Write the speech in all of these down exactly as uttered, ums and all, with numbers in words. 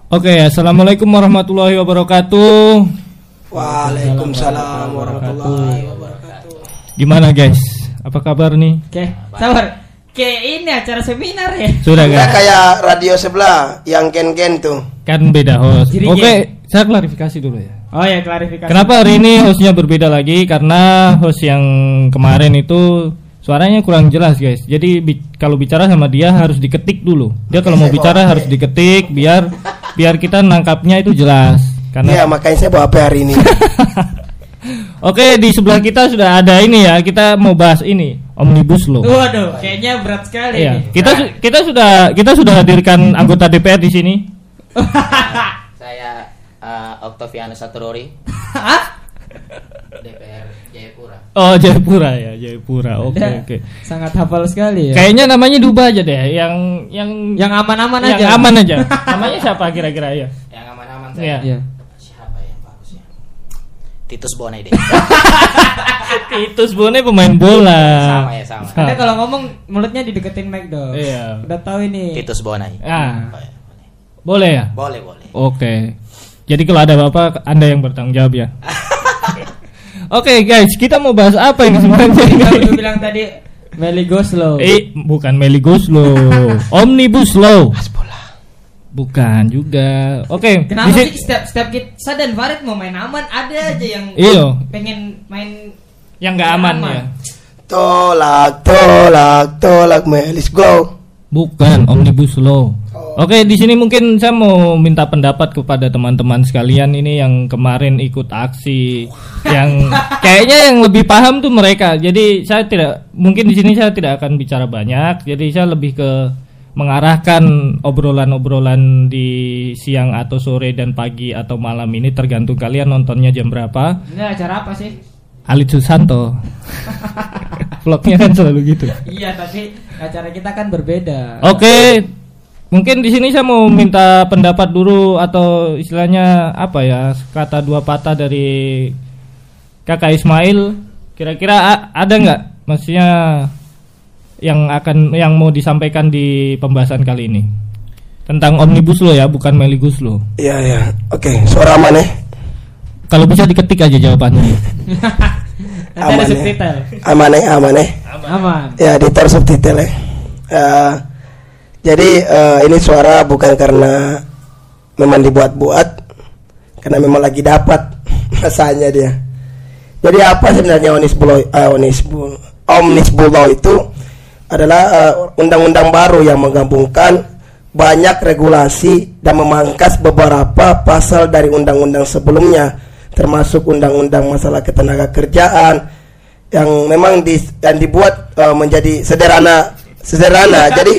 Oke, assalamualaikum warahmatullahi wabarakatuh. Waalaikumsalam warahmatullahi wabarakatuh. Gimana guys? Apa kabar nih? Oke, sabar. Kayak ini acara seminar ya. Sudah Nggak kan? kayak radio sebelah yang ken-ken tuh. Kan beda host. Jadi Oke, geng. saya klarifikasi dulu ya. Oh ya, klarifikasi. Kenapa hari ini hostnya berbeda lagi? Karena host yang kemarin itu suaranya kurang jelas guys. Jadi bi- kalau bicara sama dia harus diketik dulu. Dia kalau mau bicara harus diketik biar biar kita nangkapnya itu jelas. Iya, Karena makanya saya bawa H P hari ini. Oke, di sebelah kita sudah ada ini ya. Kita mau bahas ini, Omnibus Law. Waduh, kayaknya berat sekali Iya, nih. kita su- kita sudah kita sudah hadirkan anggota D P R di sini. Saya uh, Octavianus Saturori, Hah? D P R Jayapura. Oh, Jayapura ya, Jayapura. Oke, Anda oke. Sangat hafal sekali ya. Kayaknya namanya diubah aja deh, yang yang Yang aman-aman yang aja. aman aja. Namanya siapa kira-kira ya? Yang aman-aman Iya. saya. Iya. Siapa yang bagus ya? Titus Bonai deh. Titus Bone pemain bola. Sama ya sama. Anda kalau ngomong mulutnya dideketin mic dong. Iya. Udah tahu ini. Titus Bonai. Ah, Oh, ya, boleh. boleh ya? Boleh boleh. Oke. Jadi kalau ada apa-apa Anda yang bertanggung jawab ya. Oke guys, kita mau bahas apa ini sebenarnya? Kamu bilang tadi Meli Goslow. Eh, bukan Meli Goslow. Omnibus Law. Bola. Bukan juga. Oke. Kenapa di sih si- setiap setiap kita dan Farid mau main aman ada aja yang Iya. pengen main yang nggak aman, Aman. ya? Tolak, tolak, tolak, Melis go. Bukan Omnibus Law. Oke, di sini mungkin saya mau minta pendapat kepada teman-teman sekalian ini yang kemarin ikut aksi, yang kayaknya yang lebih paham tuh mereka. Jadi saya tidak mungkin di sini saya tidak akan bicara banyak. Jadi saya lebih ke mengarahkan obrolan-obrolan di siang atau sore dan pagi atau malam ini tergantung kalian nontonnya jam berapa. Ini acara apa sih? Alit Susanto. Vlognya kan selalu gitu. Iya, tapi acara kita kan berbeda. Oke, mungkin di sini saya mau minta pendapat dulu atau istilahnya apa ya, kata dua patah dari Kakak Ismail. Kira-kira a- ada nggak, maksudnya yang akan yang mau disampaikan di pembahasan kali ini tentang Omnibus Law ya, bukan Meligus Law. Iya, iya. Oke, suara aman ya? Kalau bisa diketik aja jawabannya. Nanti ada Aman ya? subtitle. Aman ya, aman ya. Aman. Ya, editor subtitle ya. Eh, jadi eh, ini suara bukan karena memang dibuat-buat, karena memang lagi dapat masanya dia. Jadi apa sebenarnya Omnibus Law? Uh, Omnibus Omnibus Law itu adalah eh, undang-undang baru yang menggabungkan banyak regulasi dan memangkas beberapa pasal dari undang-undang sebelumnya, termasuk undang-undang masalah ketenaga kerjaan yang memang di, yang dibuat uh, menjadi sederhana sederhana. Jadi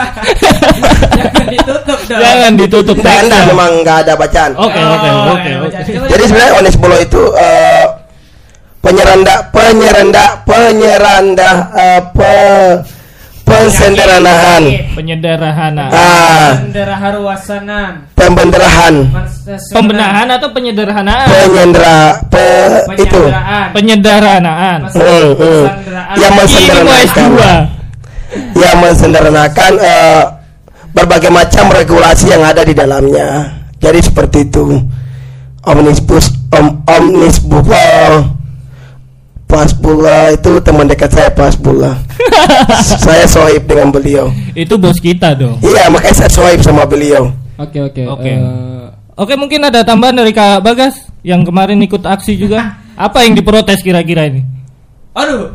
Jangan ditutup dong. Jangan ditutup Anda teksnya. memang nggak ada bacaan. Oke, Oh, oke, oke, ya, oke. baca. Coba Jadi ya. sebenarnya Omnibus Law itu uh, penyeranda penyeranda penyeranda uh, pe, pensederhanaan, Penyederhanaan. ah, Bendera haruasanan. pembenderahan, Pembenahan atau penyederhanaan? penyendera pe, itu Penyanderaan. Penyederhanaan. Hmm, hmm. yang Ini mau S mensederhanakan dua. yang mensederhanakan eh, berbagai macam regulasi yang ada di dalamnya. Jadi seperti itu. Omnibus om, Omnibus Law. Pas pula itu teman dekat saya pas pula. Saya sohib dengan beliau. Itu bos kita dong. Iya, makanya saya sohib sama beliau. Oke oke. Oke. eh, Oke, mungkin ada tambahan dari Kak Bagas yang kemarin ikut aksi juga. Apa yang diprotes kira-kira ini? Aduh.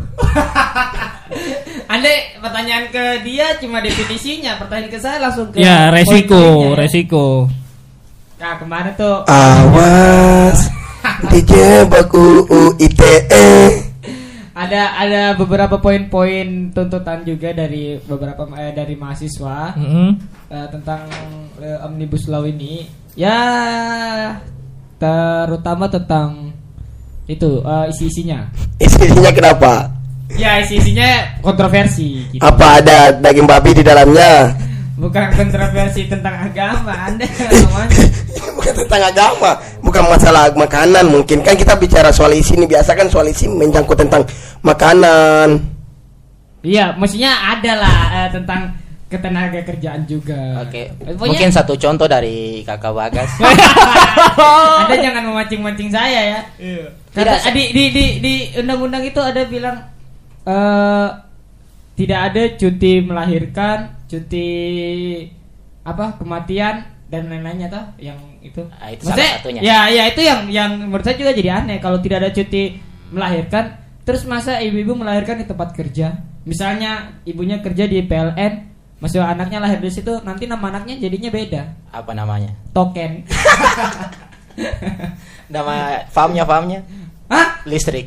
Anda pertanyaan ke dia cuma definisinya, pertanyaan ke saya langsung ke Ya, resiko, poin-poinnya. resiko. Nah, kemarin tuh Awas dijebak U U I T E. ada ada beberapa poin-poin tuntutan juga dari beberapa eh, dari mahasiswa Mm-hmm. eh, tentang eh, Omnibus Law ini. Ya, terutama tentang itu eh, isi-isinya. Isinya kenapa? Ya, isi-isinya kontroversi gitu. Apa ada daging babi di dalamnya? Bukan kontroversi tentang agama, Anda ngomongnya. Bukan tentang agama, bukan masalah makanan. Mungkin kan kita bicara soal isi ini, biasa kan soal isi menyangkut tentang makanan. Iya, maksudnya ada lah eh, tentang ketenaga kerjaan juga. Oke. Pokoknya- Mungkin satu contoh dari Kakak Bagas. Anda jangan memancing-mancing saya ya. Kata Tidak, di, di di di undang-undang itu ada bilang eh tidak ada cuti melahirkan, cuti apa kematian dan lain-lainnya toh yang itu. Ah, itu Maksudnya, salah satunya. Ya, ya itu yang yang menurut saya juga jadi aneh kalau tidak ada cuti melahirkan, terus masa ibu-ibu melahirkan di tempat kerja. Misalnya ibunya kerja di P L N, masih anaknya lahir di situ, nanti nama anaknya jadinya beda. Apa namanya? Token. Nama farmnya farmnya Hah? listrik.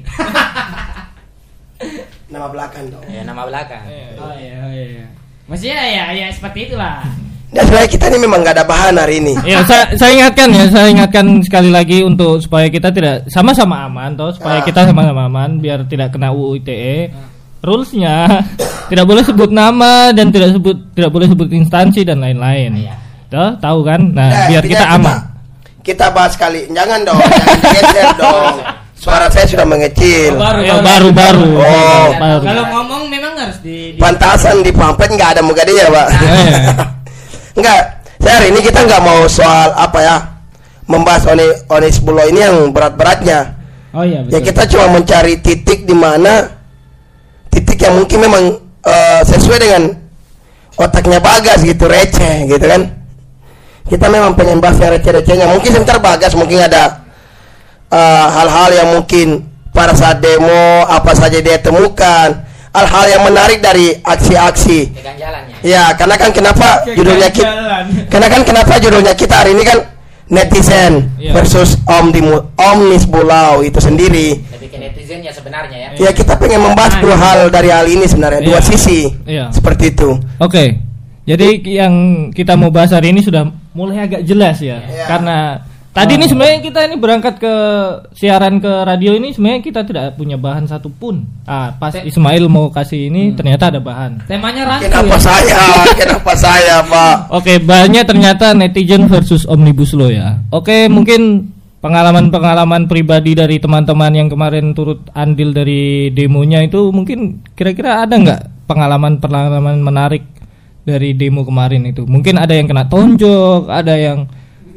Nama belakang dong. Ya, nama belakang. Oh iya, oh iya. Maksudnya ya ya seperti itulah. Dan sebenarnya kita ini memang gak ada bahan hari ini. Ya, saya, saya ingatkan ya, saya ingatkan sekali lagi untuk supaya kita tidak sama-sama aman, toh supaya Ah. kita sama-sama aman, biar tidak kena U U I T E. Rulesnya tidak boleh sebut nama dan tidak sebut tidak boleh sebut instansi dan lain-lain. Iya. Toh, tahu kan? Nah, Nah, biar kita kita- aman. Kita bahas kali. Jangan dong, jangan digeser dong. Suara saya sudah mengecil. Ya, baru-baru. Oh. Baru. Kalau ngomong memang harus di, di Pantasan di pampet nggak ada muka dia, Pak. Eh. Enggak. Saya hari ini kita nggak mau soal apa ya, membahas Oni Onis Bulo ini yang berat-beratnya. Oh iya Ya betul. kita cuma mencari titik di mana titik yang mungkin memang eh, sesuai dengan otaknya Bagas gitu, receh gitu kan. Kita memang pengen bahas yang receh-recehnya. Mungkin sebentar Bagas mungkin ada eh, hal-hal yang mungkin pada saat demo apa saja dia temukan, hal-hal yang menarik dari aksi-aksi. Keganjalannya. Ya, karena kan kenapa judulnya kita karena kan kenapa judulnya kita hari ini kan netizen Iya. versus Omnimu- Omnis Bulau itu sendiri. Lebih ke netizen ya sebenarnya ya. Ya kita pengen membahas dua hal dari hal ini sebenarnya, dua Iya. sisi. Iya. Seperti itu. Oke. Jadi yang kita mau bahas hari ini sudah mulai agak jelas ya. Iya. Karena tadi ini sebenarnya kita ini berangkat ke siaran ke radio ini sebenarnya kita tidak punya bahan satupun. Ah, pas Te- Ismail mau kasih ini ternyata ada bahan. Temanya rancu Kenapa ya. saya? Kenapa saya, Pak? Oke, bahannya ternyata netizen versus omnibus law ya. Oke, mungkin pengalaman-pengalaman pribadi dari teman-teman yang kemarin turut andil dari demonya itu mungkin kira-kira ada nggak pengalaman-pengalaman menarik dari demo kemarin itu? Mungkin ada yang kena tonjok, ada yang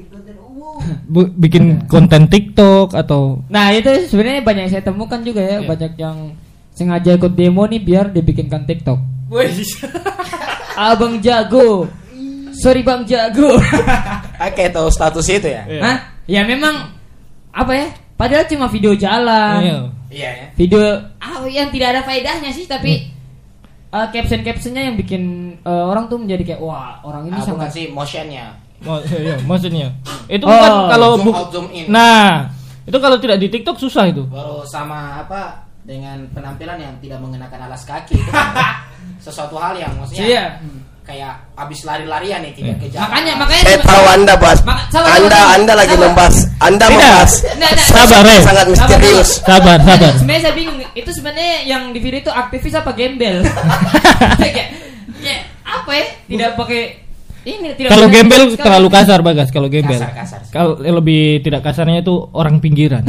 bu- bikin konten TikTok atau Nah itu sebenarnya banyak yang saya temukan juga ya, Iya. banyak yang sengaja ikut demo nih biar dibikinkan TikTok. Abang jago, sorry bang jago. Oke, tahu status itu ya. Iya. Hah? Ya memang apa ya? Padahal cuma video jalan, Iya. Iya ya. video ah, yang tidak ada faedahnya sih, tapi uh, caption-captionnya yang bikin uh, orang tuh menjadi kayak wah orang ini Ah, bukan sangat sih motionnya. Mo- iya, maksudnya itu Oh, kan kalau zoom bu- out, zoom in. nah itu kalau tidak di TikTok susah itu. Baru sama apa dengan penampilan yang tidak mengenakan alas kaki itu kan sesuatu hal yang maksudnya Iya. kayak abis lari-larian nih tidak Iya. kejar. makanya makanya Saya tahu Anda, Bas. Maka- sabar, Anda sabar, Anda lagi sabar. membahas, Anda Tidak. membahas Nah, nah, Sabar, Re. sangat misterius. Sabar, sabar. Sebenarnya saya bingung itu sebenarnya yang di video itu aktivis apa gembel? Kayak, ya, apa ya? Tidak pakai ini tidak Kalau pakai gembel sekali. terlalu kasar Bagas kalau gembel. Kasar, kasar. Kalau lebih tidak kasarnya itu orang pinggiran.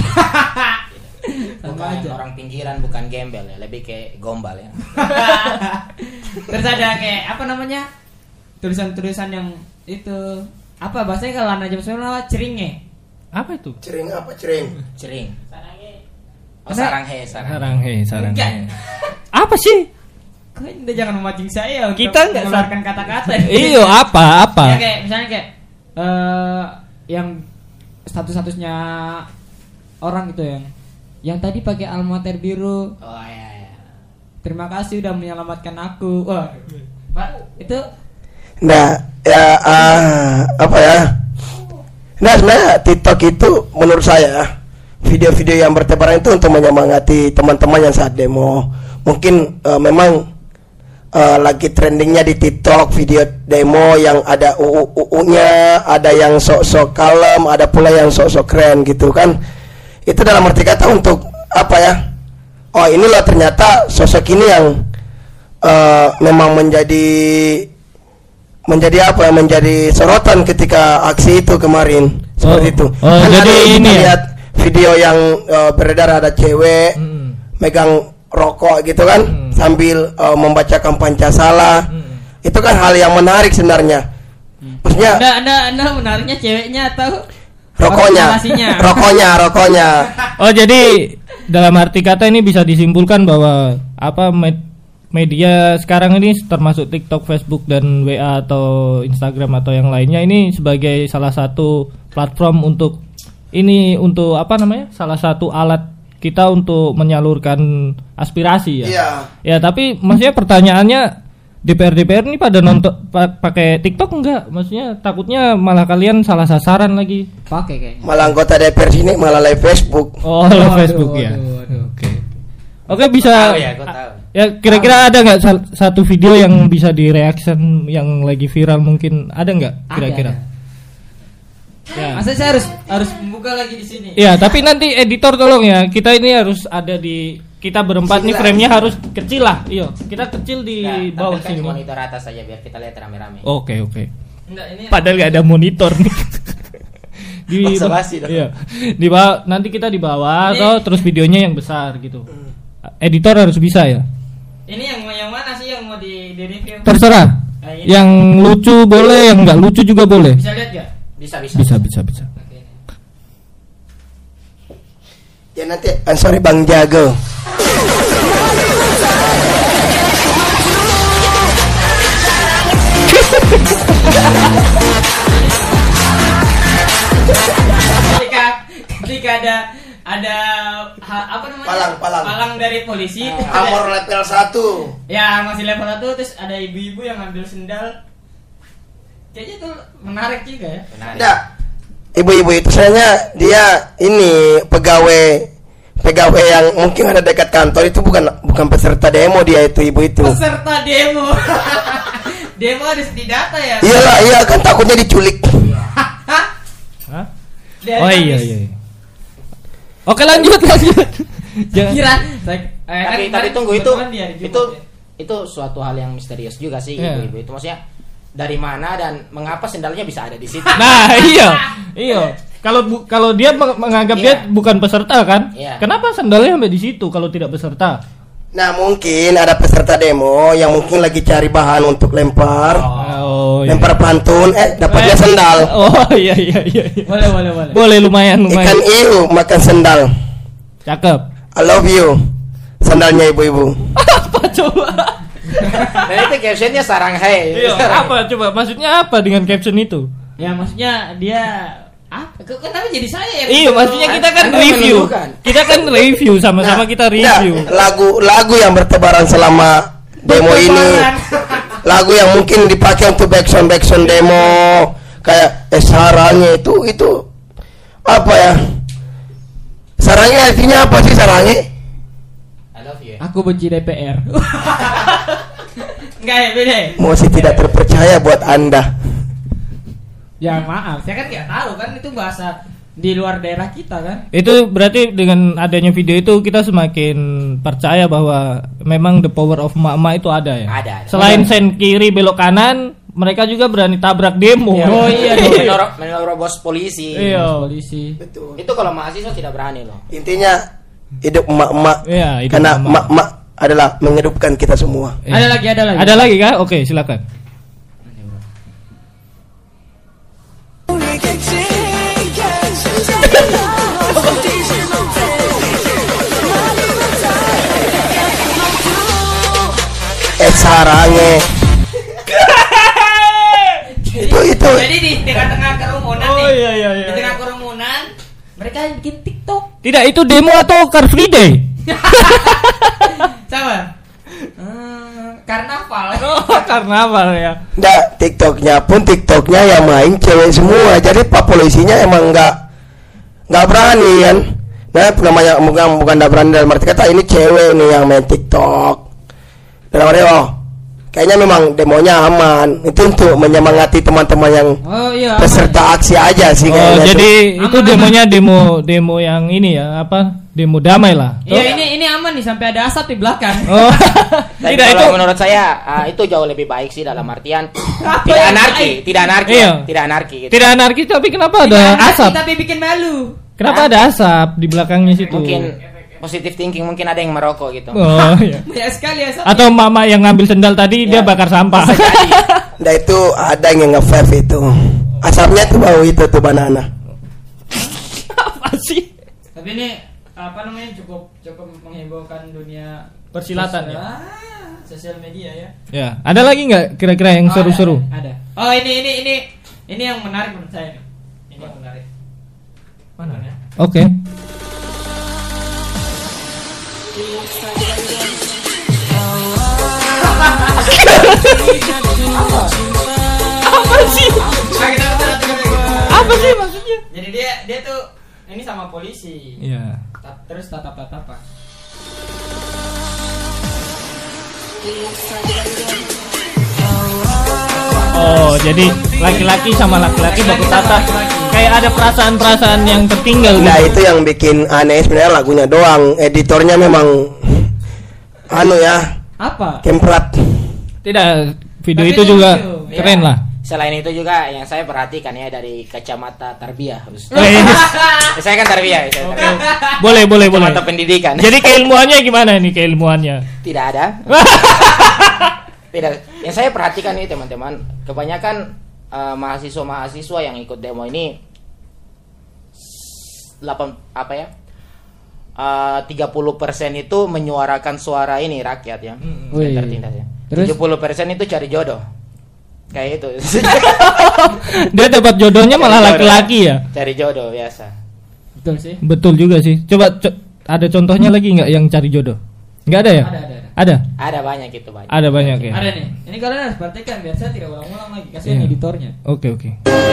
Bukan orang pinggiran, bukan gembel ya, lebih kayak gombal ya. Terus ada kayak apa namanya? Tulisan-tulisan yang itu apa bahasanya kalau anak jam sembilan apa ceringe. Apa itu? Cering apa cering? Cering. Oh, Karena- sarang he, sarang. Sarang he, sarang Enggak. he. Apa sih? Kok Anda jangan memancing saya untuk Kita nggak- mengeluarkan kata-kata. Iyo, apa apa? Ya kayak misalnya kayak eh yang status-statusnya orang gitu yang yang tadi pakai almater biru. Oh iya iya. Terima kasih udah menyelamatkan aku. Wah, Pak, itu Nah, ya ah, apa ya? Nah, sebenarnya TikTok itu menurut saya video-video yang bertebaran itu untuk menyemangati teman-teman yang saat demo. Mungkin eh, memang eh, lagi trendingnya di TikTok video demo yang ada U U-nya, ada yang sok-sok kalem, ada pula yang sok-sok keren gitu kan. Itu dalam arti kata untuk apa ya? Oh, inilah ternyata sosok ini yang eh, memang menjadi menjadi apa ya, menjadi sorotan ketika aksi itu kemarin seperti Oh. itu. Oh, Kan jadi ada ini kita ya? lihat video yang eh, beredar ada cewek Hmm. megang rokok gitu kan Hmm. sambil eh, membacakan Pancasala. Hmm. Itu kan hal yang menarik sebenarnya. Maksudnya Anda, anda, anda menariknya ceweknya atau rokoknya, organisasinya? rokoknya, rokoknya. Oh jadi dalam arti kata ini bisa disimpulkan bahwa apa med- media sekarang ini termasuk TikTok, Facebook dan W A atau Instagram atau yang lainnya ini sebagai salah satu platform untuk ini untuk apa namanya salah satu alat kita untuk menyalurkan aspirasi ya. Iya. Ya tapi maksudnya pertanyaannya D P R D P R ini pada nonton pa- pakai TikTok enggak? Maksudnya takutnya malah kalian salah sasaran lagi. Pakai kayaknya. Malah anggota D P R sini malah live Facebook. Oh, Waduh, Facebook ya. waduh, waduh. Oke. Oke bisa. Tahu ya, gua tahu. Ya kira-kira ada nggak sal- satu video yang bisa di reaction yang lagi viral mungkin ada nggak kira-kira? Ada. Ya. Masa saya harus harus membuka lagi di sini? Ya tapi nanti editor tolong ya kita ini harus ada di kita berempat nih Sini lah, frame-nya sini. harus kecil lah. Iya kita kecil di Nah, bawah tampilkan di sini. monitor atas saja biar kita lihat rame-rame. Oke oke. Enggak, ini Padahal nggak ada monitor nih. Di Basa-basi dong. iya. Di bawah nanti kita di bawah Ini- atau terus videonya yang besar gitu. Editor harus bisa ya. ini yang yang mana sih yang mau di, di review? Terserah. Nah, ini. Yang lucu boleh, yang nggak lucu juga boleh. Bisa lihat gak? Bisa, bisa. Bisa bisa bisa. Ya nanti ah, sorry Bang Jago. ketika ketika ada ada ha- apa namanya Palang, palang. dari polisi Amor level satu. ya masih level satu terus ada ibu-ibu yang ngambil sendal kayaknya tuh menarik juga ya. Benar. Enggak. Ibu-ibu itu sebenarnya dia ini pegawai pegawai yang mungkin ada dekat kantor itu bukan bukan peserta demo dia itu ibu itu. Peserta demo demo harus didata ya. Iyalah, iya kan takutnya diculik. Hah? Hah? Dari Oh iya habis. iya. Oke lanjut lanjut. Jangan. Kira saya, eh, Tapi kan tapi kemarin tunggu itu kebetulan di hari Jumat itu ya. itu suatu hal yang misterius juga sih Iya. ibu-ibu itu maksudnya dari mana dan mengapa sendalnya bisa ada di situ? Nah iya iya. Kalau bu- kalau dia meng- menganggap dia Iya. bukan peserta kan? Iya. Kenapa sandalnya sampai di situ kalau tidak peserta? Nah, mungkin ada peserta demo yang mungkin lagi cari bahan untuk lempar. Oh iya. Lempar pantun eh dapatnya Eh, sendal. Oh iya iya iya. iya. Boleh boleh boleh. Boleh lumayan lumayan. Ikan iu makan sendal. Cakep. I love you. Sandalnya ibu-ibu. Apa coba? Dan itu captionnya sarang hai. Iya, apa coba? Maksudnya apa dengan caption itu? Ya maksudnya dia ah kok kenapa jadi saya yang Iya, maksudnya kita kan Anda review. menentukan. Kita kan review sama-sama Nah, kita nah, review. lagu-lagu yang bertebaran selama demo ini. Bertebaran. Lagu yang mungkin dipakai untuk backsound backsound demo kayak eh sarangnya itu itu apa ya? Sarangnya artinya apa sih sarangnya? I love you. Aku benci D P R. Enggak ya beda. Masih tidak terpercaya buat Anda. Ya maaf, saya kan nggak tahu kan itu bahasa di luar daerah kita kan. Itu berarti dengan adanya video itu kita semakin percaya bahwa memang the power of emak-emak itu ada ya. Ada, ada. Selain Ada. sen kiri belok kanan, mereka juga berani tabrak demo. Oh iya dong. Menor- menerobos polisi. Iya. Polisi. Betul. Itu kalau mahasiswa tidak berani loh. Intinya hidup emak-emak. Iya, hidup Karena emak. emak-emak adalah menghidupkan kita semua. Iya. Ada lagi, ada lagi. Ada lagi kah? Oke, silakan. Eh sarangnya. itu itu. Jadi di tengah-tengah kerumunan Oh, nih. iya, iya, iya. Di tengah kerumunan mereka bikin TikTok. Tidak, itu demo atau Car Free Day? Sama. Hmm, karnaval. Oh, karnaval ya. Nggak, TikToknya pun TikToknya yang main cewek semua. Jadi pak polisinya emang nggak nggak berani kan. Nah namanya bukan bukan nggak berani dalam arti kata ini cewek nih yang main TikTok. Dalam arti oh kayaknya memang demonya aman. Itu untuk menyemangati teman-teman yang Oh iya. peserta aksi aja sih Oh, kayaknya. jadi tuh. itu Aman, demonya demo demo yang ini ya, apa? Demo damai lah. Iya ini ini aman nih sampai ada asap di belakang. Oh. Tapi Tidak kalau itu. menurut saya ah, itu jauh lebih baik sih dalam artian Apa tidak yang anarki, baik? tidak anarki, Iya. ya. tidak anarki. Gitu. Tidak anarkis tapi kenapa ada Tidak anarki, asap? tapi bikin malu. Kenapa ada asap di belakangnya situ? Mungkin positive thinking, mungkin ada yang merokok gitu. Oh iya. Banyak sekali ya. Atau mama yang ngambil sendal tadi dia Ya. bakar sampah. Nah itu ada yang nge-vape itu. Asapnya tuh bau itu tuh banana. Apa sih? Tapi ini apa namanya cukup cukup menghebohkan dunia Persilatan ya? Ah, sosial media ya. Ya, ada lagi nggak kira-kira yang Oh, seru-seru? Ada, ada. Oh ini ini ini ini yang menarik menurut saya nih. Ini yang menarik. Mana ya? Oke. Apa sih? Apa sih maksudnya? Jadi dia dia tuh ini sama polisi. Iya. Ta- Terus tatap-tatapan. Oh, jadi laki-laki sama laki-laki baku tatap. Kayak ada perasaan-perasaan yang tertinggal Nah gitu. itu yang bikin aneh sebenarnya lagunya doang. Editornya memang anu ya, Apa? kemprat. Tidak, video Tapi itu itu juga lucu. keren Ya. lah. Selain itu juga yang saya perhatikan ya dari kacamata tarbiyah. Eh, Saya kan tarbiyah, saya tarbiyah. boleh, boleh, boleh. Kacamata pendidikan. Jadi keilmuannya gimana nih keilmuannya? Tidak ada. Tidak. Yang saya perhatikan ini teman-teman, kebanyakan eh, mahasiswa-mahasiswa yang ikut demo ini delapan apa ya? Eh, tiga puluh persen itu menyuarakan suara ini rakyat ya. Wih. Yang tertindas ya. Terus? tujuh puluh persen itu cari jodoh. Kayak itu. Dia dapat jodohnya malah Cari jodoh. laki-laki ya. Cari jodoh biasa. Betul sih. Betul juga sih. Coba co- ada contohnya lagi nggak yang cari jodoh? Nggak ada ya? Ada, ada, ada. Ada. Ada banyak itu banyak. Ada banyak ya. Ada nih. Ini kalian harus perhatikan biar saya tidak ulang-ulang lagi. Kasihan Iya. editornya. Oke oke.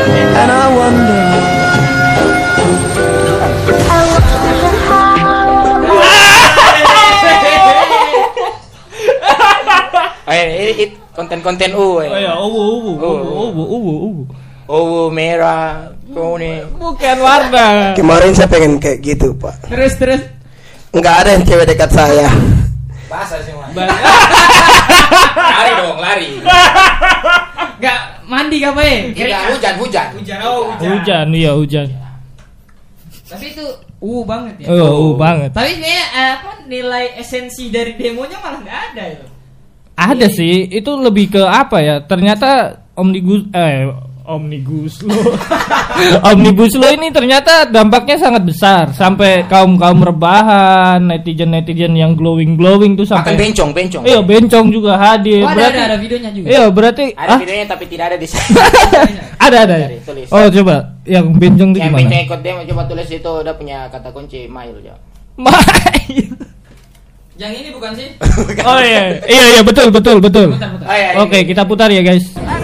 Oh, ini, ini, ini konten-konten U. Oh ya, uwu uwu uwu uwu uwu uwu. Uwu merah, kuning. Bukan warna. Kemarin saya pengen kayak gitu pak. Terus terus. Nggak ada yang cewek dekat saya. Basah semua. Ba- Lari dong, lari. Enggak mandi apa ya? Tidak, hujan, hujan. Hujan. Oh, hujan. Hujan, iya hujan. Tapi itu uh banget ya. Oh, uh, banget. Tapi kayaknya eh, apa nilai esensi dari demonya malah nggak ada itu. Ada sih, itu lebih ke apa ya? Ternyata omnibus eh omnibus law. Omnibus law ini ternyata dampaknya sangat besar sampai kaum-kaum rebahan, netizen-netizen yang glowing-glowing tuh Akan sampai bencong, bencong. iya, bencong juga hadir. Oh, ada, berarti ada ada videonya juga. iya, berarti Ada ah, videonya tapi tidak ada di sana. ada ada. Dari tulis. Oh, coba yang bencong itu Yang gimana? bencong ikut demo coba tulis itu udah punya kata kunci mail ya. Main. Yang ini bukan sih? Oh iya, iya iya betul betul betul. Putar, putar. Oh, iya, Oke, ini. kita putar ya guys.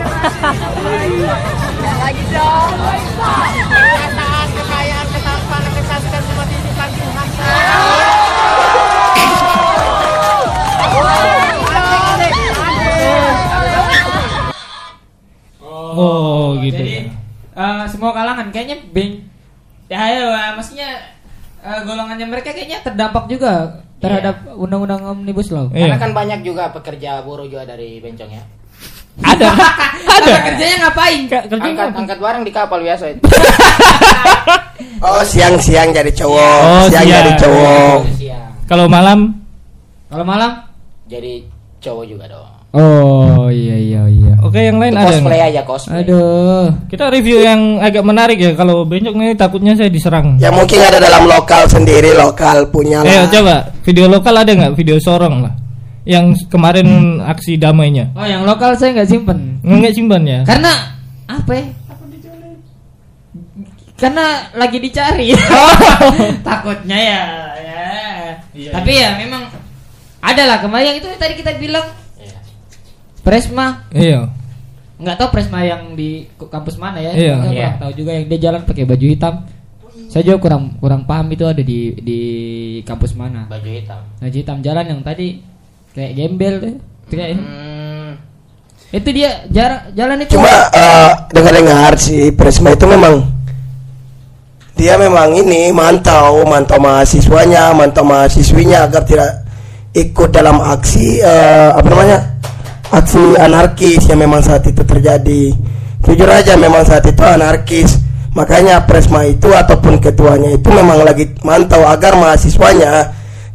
Lagi dong. Kekayaan, kekayaan, ketampanan, kesatuan semua titipan Tuhan. Oh, gitu. Jadi eh, semua kalangan kayaknya ben ya ayo eh, maksudnya eh, golongannya mereka kayaknya terdampak juga terhadap undang-undang omnibus law. Iya. Karena kan banyak juga pekerja buruh juga dari bencong ya. Ada. Ada. Apa kerjanya ngapain? Ka- kerjanya Angkat apa? angkat barang di kapal biasa itu. Oh siang-siang jadi cowok, Oh, siang siang. jadi cowok. Siang. Kalau malam Kalau malam? Jadi cowok juga dong. Oh iya iya iya. oke yang lain Itu ada cosplay nggak? aja cosplay. Aduh. Kita review yang agak menarik ya. Kalau bencong ini takutnya saya diserang. Ya mungkin ada dalam lokal sendiri, lokal punya Ayo lah. coba video lokal ada nggak? Video sorong lah. Yang kemarin aksi damainya. Oh yang lokal saya nggak simpen. Nggak simpan ya? Karena apa ya? Karena lagi dicari. Takutnya ya. ya. Iya, Tapi ya memang ada lah kemarin yang itu tadi kita bilang Iya. Presma. Iya. Nggak tahu Presma yang di kampus mana ya? Iya. Saya Iya. kurang tahu juga yang dia jalan pakai baju hitam. Saya juga kurang kurang paham itu ada di di kampus mana. Baju hitam. Baju hitam jalan yang tadi kayak gembel tuh. Itu kayak- Hmm. Itu dia jarak jalan itu. Cuma eh, dengar-dengar si Presma itu memang dia memang ini mantau, mantau mahasiswanya, mantau mahasiswinya agar tidak ikut dalam aksi eh, apa namanya aksi anarkis yang memang saat itu terjadi. Jujur aja memang saat itu anarkis. Makanya Presma itu ataupun ketuanya itu memang lagi mantau agar mahasiswanya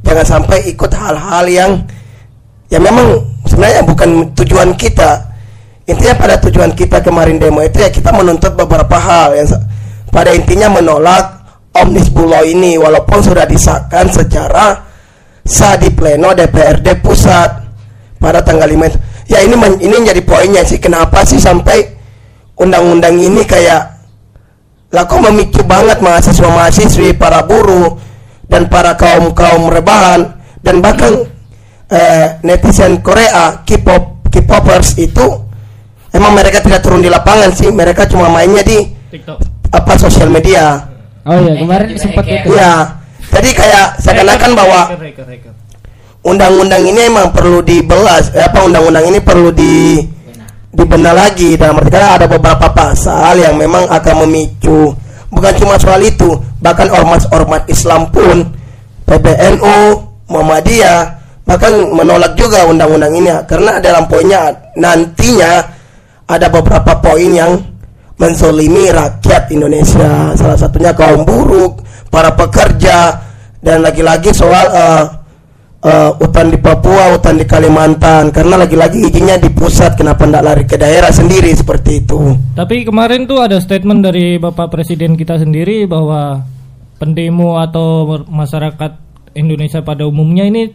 jangan sampai ikut hal-hal yang ya memang sebenarnya bukan tujuan kita. Intinya pada tujuan kita kemarin demo itu ya kita menuntut beberapa hal yang pada intinya menolak Omnibus Law ini walaupun sudah disahkan secara sah di pleno D P R D pusat pada tanggal lima itu. Ya ini men, ini jadi poinnya sih, kenapa sih sampai undang-undang ini kayak lah kok memicu banget mahasiswa-mahasiswi, para buruh dan para kaum-kaum rebahan dan bahkan eh, netizen Korea, K-pop, K-popers itu emang mereka tidak turun di lapangan sih, mereka cuma mainnya di TikTok, apa sosial media. Oh iya, kemarin sempat itu. Ya, jadi kayak seakan-akan bahwa undang-undang ini emang perlu dibelas, eh, apa undang-undang ini perlu di dibenar lagi. Dalam arti kata ada beberapa pasal yang memang akan memicu. Bukan cuma soal itu, bahkan ormas-ormas Islam pun, P B N U, Muhammadiyah, bahkan menolak juga undang-undang ini karena dalam poinnya nantinya ada beberapa poin yang menzolimi rakyat Indonesia, salah satunya kaum buruh, para pekerja, dan lagi-lagi soal uh, uh, hutan di Papua, hutan di Kalimantan, karena lagi-lagi izinnya di pusat, kenapa tidak lari ke daerah sendiri seperti itu. Tapi kemarin tuh ada statement dari Bapak Presiden kita sendiri bahwa pendemo atau masyarakat Indonesia pada umumnya ini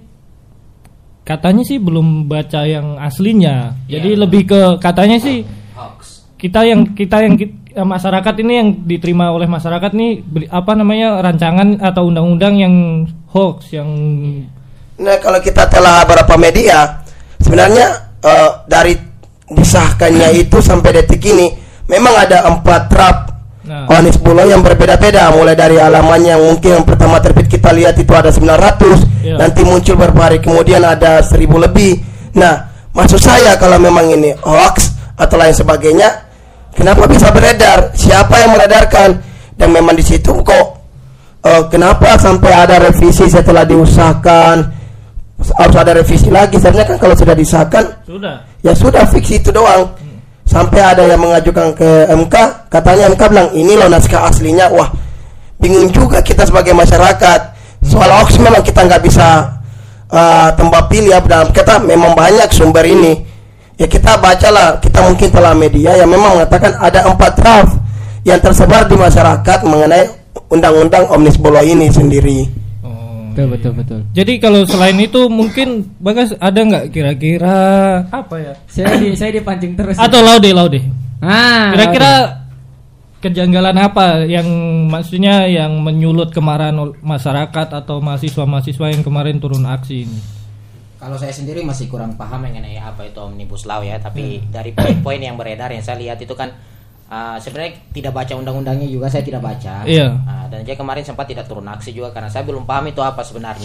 katanya sih belum baca yang aslinya, jadi Ya. lebih ke katanya sih Hoax. kita yang kita yang kita, masyarakat ini yang diterima oleh masyarakat nih beri- apa namanya rancangan atau undang-undang yang hoax yang Nah kalau kita telah beberapa media, sebenarnya uh, dari disahkannya itu sampai detik ini memang ada empat draft nah, Omnibus Law yang berbeda-beda, mulai dari halamannya yang mungkin yang pertama terbit kita lihat itu ada sembilan ratus, Iya. nanti muncul beberapa hari kemudian ada seribu lebih. Nah maksud saya kalau memang ini hoax atau lain sebagainya, kenapa bisa beredar? Siapa yang meredarkan? Dan memang di situ kok uh, kenapa sampai ada revisi setelah diusahakan, harus ada revisi lagi? Sebenarnya kan kalau sudah disahkan sudah ya sudah fix itu doang. Sampai ada yang mengajukan ke M K, katanya M K bilang ini loh naskah aslinya. Wah bingung juga kita sebagai masyarakat. Soal hoax memang kita nggak bisa uh, tembak pilih ya, dalam kita memang banyak sumber ini. Ya kita bacalah, kita mungkin telah media yang memang mengatakan ada empat draft yang tersebar di masyarakat mengenai undang-undang Omnibus Law ini sendiri. oh, Betul betul betul. Jadi kalau selain itu mungkin Bagas ada nggak kira-kira apa ya? Saya di, saya dipancing terus. Atau Laude Laude. Ah, Kira-kira kejanggalan apa yang maksudnya yang menyulut kemarahan ol- masyarakat atau mahasiswa-mahasiswa yang kemarin turun aksi ini? Kalau saya sendiri masih kurang paham mengenai apa itu Omnibus Law ya, tapi dari poin-poin yang beredar yang saya lihat itu kan uh, sebenarnya tidak baca undang-undangnya juga, saya tidak baca. Iya. Uh, dan saya kemarin sempat tidak turun aksi juga karena saya belum paham itu apa sebenarnya.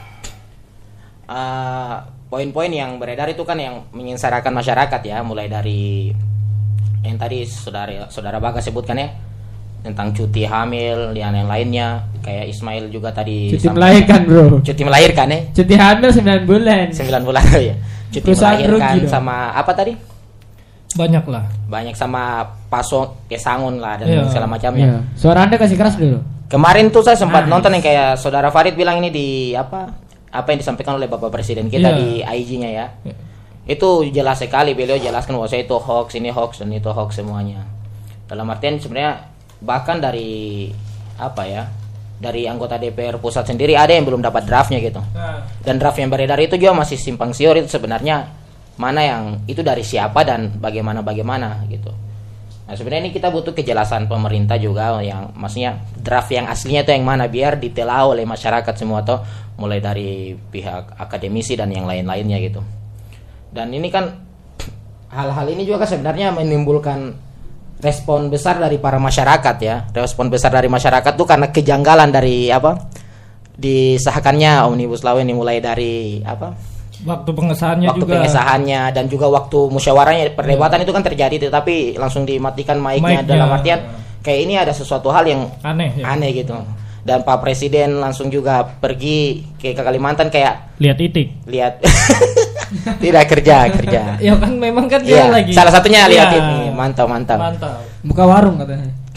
Uh, poin-poin yang beredar itu kan yang menyengsarakan masyarakat ya, mulai dari yang tadi saudara saudara Bagas sebutkan ya, tentang cuti hamil dan yang lainnya, kayak Ismail juga tadi cuti sampai- melahirkan bro. cuti melahirkan ya, Cuti hamil sembilan bulan. sembilan bulan ya, cuti Perusahaan melahirkan rugi dong. sama apa tadi, Banyak lah. banyak sama paso pesangon lah dan Iya. segala macamnya. Iya. Suara Anda kasih keras dulu. Kemarin tuh saya sempat Nice. nonton yang kayak saudara Farid bilang ini di apa apa yang disampaikan oleh Bapak Presiden kita Iya. di I G-nya ya. Iya. Itu jelas sekali beliau jelaskan bahwa saya itu hoax, ini hoax dan itu hoax semuanya. Dalam artian sebenarnya bahkan dari apa ya, dari anggota D P R pusat sendiri ada yang belum dapat draftnya gitu. Dan draft yang beredar itu juga masih simpang siur, itu sebenarnya mana yang itu dari siapa dan bagaimana bagaimana gitu. Nah sebenarnya ini kita butuh kejelasan pemerintah juga, yang maksudnya draft yang aslinya itu yang mana, biar ditelah oleh masyarakat semua, atau mulai dari pihak akademisi dan yang lain-lainnya gitu. Dan ini kan hal-hal ini juga kan sebenarnya menimbulkan respon besar dari para masyarakat ya. Respon besar dari masyarakat tuh karena kejanggalan dari apa disahkannya Omnibus Law ini, mulai dari apa Waktu pengesahannya waktu juga. pengesahannya dan juga waktu musyawarahnya, perdebatan itu kan terjadi tetapi langsung dimatikan mic-nya, Mic-nya. dalam artian kayak ini ada sesuatu hal yang Aneh ya. aneh gitu. Dan Pak Presiden langsung juga pergi ke, ke Kalimantan kayak Lihat itik. lihat tidak kerja kerja Ya kan memang kan dia Iya, lagi. salah satunya lihat Iya. ini, mantap mantap. Mantap. Buka warung katanya.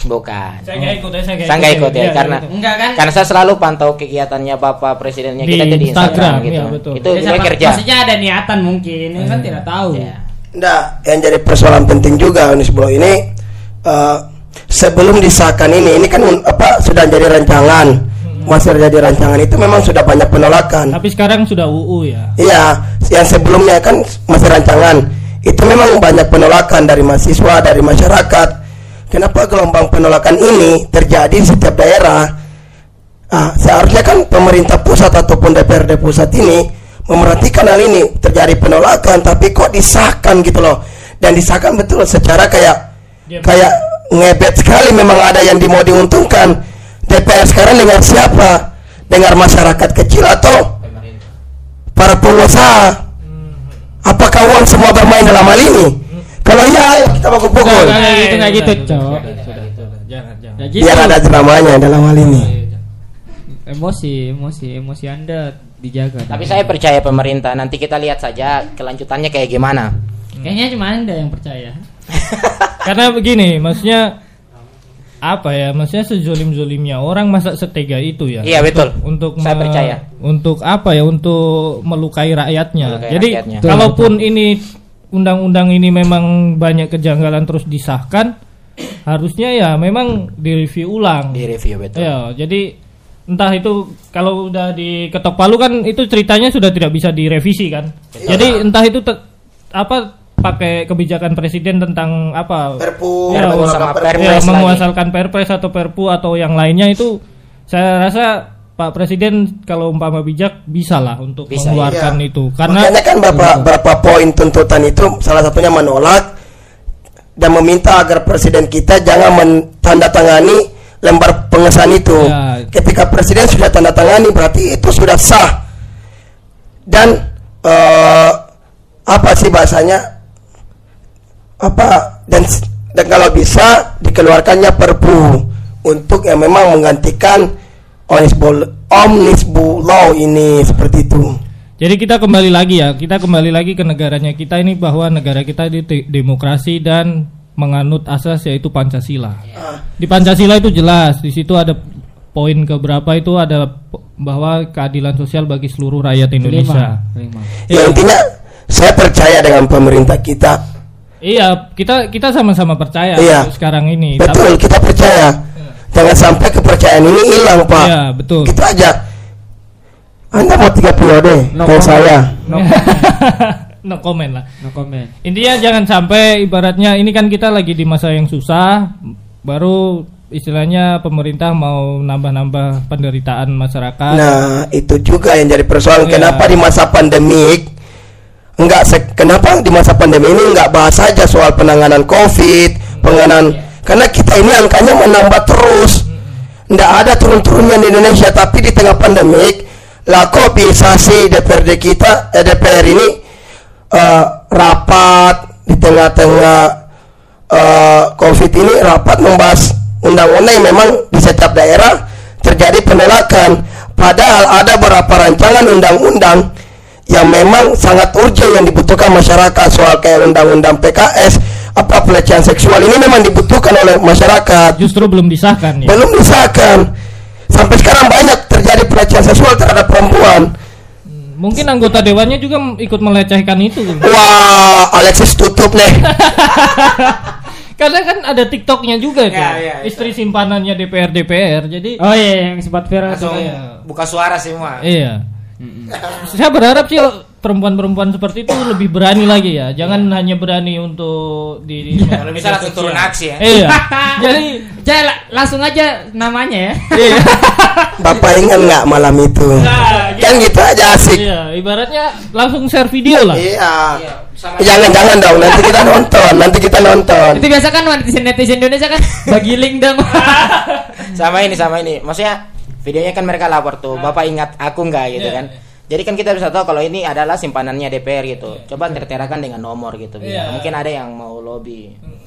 Bukan. Saya nggak ikut ya, saya nggak Saya nggak ikut ya, Iya, karena gitu. Enggak kan? karena saya selalu pantau kegiatannya Bapak Presidennya Di kita tuh di Instagram, Instagram, gitu. iya, betul. Itu Ya, dia siapa- kerja. Maksudnya ada niatan mungkin, ya kan tidak tahu. Iya. Nggak, yang jadi persoalan penting juga Unis Bro ini eh, sebelum disahkan ini, ini kan apa sudah jadi rancangan, masih jadi rancangan itu memang sudah banyak penolakan. Tapi sekarang sudah U U ya. Iya, yang sebelumnya kan masih rancangan. Itu memang banyak penolakan dari mahasiswa, dari masyarakat. Kenapa gelombang penolakan ini terjadi di setiap daerah? Ah, seharusnya kan pemerintah pusat ataupun D P R D pusat ini memerhatikan hal ini. Terjadi penolakan, tapi kok disahkan gitu loh. Dan disahkan betul secara kayak kayak ngebet sekali. Memang ada yang di mau diuntungkan. D P R sekarang dengar siapa? Dengar masyarakat kecil atau para pengusaha? Apakah uang semua bermain dalam hal ini? Kalau iya, ayo kita baku pukul. Nggak gitu, nggak gitu, Sudah, Cok. sudah, sudah, sudah. Jangan, jangan. Ya gitu. Biar ada dramanya dalam hal ini. Emosi, emosi, emosi Anda dijaga. Tapi saya percaya pemerintah. Nanti kita lihat saja kelanjutannya kayak gimana. Kayaknya cuma Anda yang percaya. Karena begini, maksudnya apa ya? Maksudnya sezolim-zolimnya orang masa setega itu ya. Iya, betul. Untuk Saya me- percaya. Untuk apa ya? Untuk melukai rakyatnya. Melukai Jadi rakyatnya. kalaupun ini undang-undang ini memang banyak kejanggalan terus disahkan, harusnya ya memang direview ulang. Di review betul. Ya, jadi entah itu kalau udah diketok palu kan itu ceritanya sudah tidak bisa direvisi kan. Jadi entah itu te- apa pakai kebijakan presiden tentang apa Perpu, ya, Perpu sama sama perpres, Perpres ya, lagi. menguasalkan perpres atau perpu atau yang lainnya itu saya rasa Pak Presiden kalau umpama bijak bisa lah untuk Bisa, mengeluarkan iya. itu karena Makanya kan beberapa, beberapa poin tuntutan itu salah satunya menolak dan meminta agar presiden kita jangan menandatangani lembar pengesahan itu. Ya. Ketika presiden sudah tanda tangani berarti itu sudah sah. Dan eh, apa sih bahasanya? Apa dan dan kalau bisa dikeluarkannya perpu untuk yang memang menggantikan omnibus omnibus law ini seperti itu. jadi kita kembali lagi ya kita kembali lagi ke negaranya kita ini bahwa negara kita di te- demokrasi dan menganut asas yaitu Pancasila. Di Pancasila itu jelas di situ ada poin keberapa itu ada p- bahwa keadilan sosial bagi seluruh rakyat Indonesia. Lima. Ya, intinya saya percaya dengan pemerintah kita. Iya, kita kita sama-sama percaya Iya. sekarang ini. Betul, kita percaya. Jangan sampai kepercayaan ini hilang, Pak. Iya, betul. Gitu aja. Anda mau tiga periode, No kayak comment. saya. No comment lah. No comment. Intinya jangan sampai ibaratnya ini kan kita lagi di masa yang susah, baru istilahnya pemerintah mau nambah-nambah penderitaan masyarakat. Nah, itu juga yang jadi persoalan. Iya. Kenapa di masa pandemik enggak se- kenapa di masa pandemi ini enggak bahas saja soal penanganan Covid, penanganan karena kita ini angkanya menambah terus. Enggak ada turun-turunnya di Indonesia, tapi di tengah pandemik lah kok bisa sih D P R D kita eh, D P R ini eh, rapat di tengah-tengah eh, Covid ini rapat membahas undang-undang yang memang di setiap daerah terjadi penolakan, padahal ada beberapa rancangan undang-undang yang memang sangat urgent yang dibutuhkan masyarakat, soal kayak undang-undang P K S apa pelecehan seksual ini memang dibutuhkan oleh masyarakat, Justru belum disahkan ya. belum disahkan. Sampai sekarang banyak terjadi pelecehan seksual terhadap perempuan. Mungkin anggota dewannya juga m- ikut melecehkan itu. Wah, Alexis tutup nih. Karena kan ada TikToknya juga Ya, kan. ya, itu. Istri simpanannya D P R D P R. Jadi Oh iya, yang sempat viral tuh. Langsung Iya. buka suara semua. iya. Saya berharap sih perempuan-perempuan seperti itu lebih berani lagi ya. Jangan hanya berani untuk di, di Kalau bisa langsung turun aksi ya. Iya. Jadi Jadi la- langsung aja namanya ya. iya. Bapak ingat nggak malam itu? Nah, Kan gitu aja asik. Iya, ibaratnya langsung share video lah. Iya. Iya, sama- Jangan-jangan dong, nanti kita nonton, nanti kita nonton. Itu biasa kan netizen netizen Indonesia kan bagi link dong. sama ini sama ini. Maksudnya videonya kan mereka lapor tuh, Bapak ingat aku nggak gitu Iya. kan. Jadi kan kita bisa tahu kalau ini adalah simpanannya D P R gitu. Coba terterakan dengan nomor gitu. biar Iya. Mungkin ada yang mau lobby.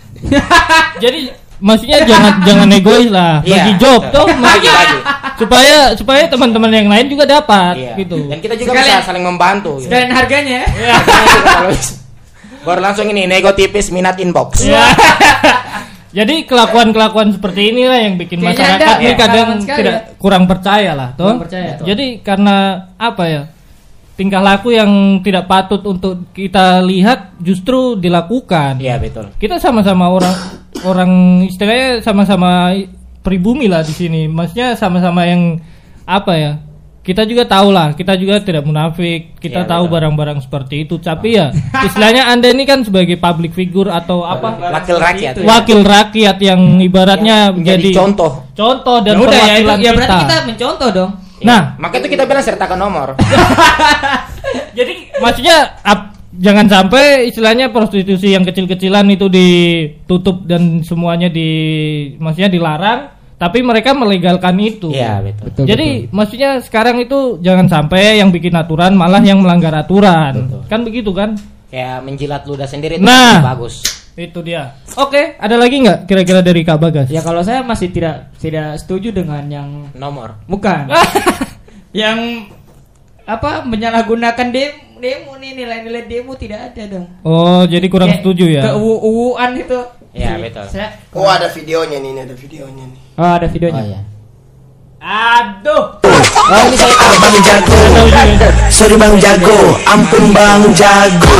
Jadi maksudnya jangan jangan egois lah. Iya, Bagi job betul. tuh Bagi-bagi. supaya supaya teman-teman yang lain juga dapat Iya. gitu. Dan kita juga Sekalian- bisa saling membantu. Gitu. Dan harganya ya. Harganya juga kalau bisa. Baru langsung ini nego tipis minat inbox. Iya. Jadi kelakuan-kelakuan seperti inilah yang bikin Kayaknya masyarakat Anda ini kadang pengalaman sekali tidak ya. kurang percaya lah, toh. Kurang percaya, toh. Jadi karena apa ya? Tingkah laku yang tidak patut untuk kita lihat justru dilakukan. Iya, betul. Kita sama-sama orang orang istilahnya sama-sama pribumi lah di sini. Maksudnya sama-sama yang apa ya? Kita juga tahu lah, kita juga tidak munafik, kita Ya, tahu betul. barang-barang seperti itu. Tapi ya, istilahnya Anda ini kan sebagai public figure atau apa? Wakil rakyat. Itu ya. Wakil rakyat yang ibaratnya Yang menjadi menjadi contoh. contoh dan Ya udah ya, itu, perwakilan ya berarti kita. kita mencontoh dong. Nah, Maka itu kita bilang sertakan nomor. jadi maksudnya ap- jangan sampai istilahnya prostitusi yang kecil-kecilan itu ditutup dan semuanya di maksudnya dilarang, tapi mereka melegalkan itu. Iya, betul. Betul, Jadi maksudnya sekarang itu jangan sampai yang bikin aturan malah yang melanggar aturan. Betul. Kan begitu kan? Kayak menjilat ludah sendiri itu Nah. bagus. Itu dia. Oke, ada lagi nggak kira-kira dari Kak Bagas? Ya kalau saya masih tidak tidak setuju dengan yang Nomor. bukan. Yang apa menyalahgunakan demo, demo nih nilai-nilai demo tidak ada dong. Oh, jadi kurang Kayak setuju ya? Keuuan itu. Iya, Si- betul. Saya, Oh ada videonya nih, ini ada videonya nih. oh ada videonya. Oh iya. Aduh. Oh, ini saya Bang Jago, sorry Bang Jago, ampun Bang Jago.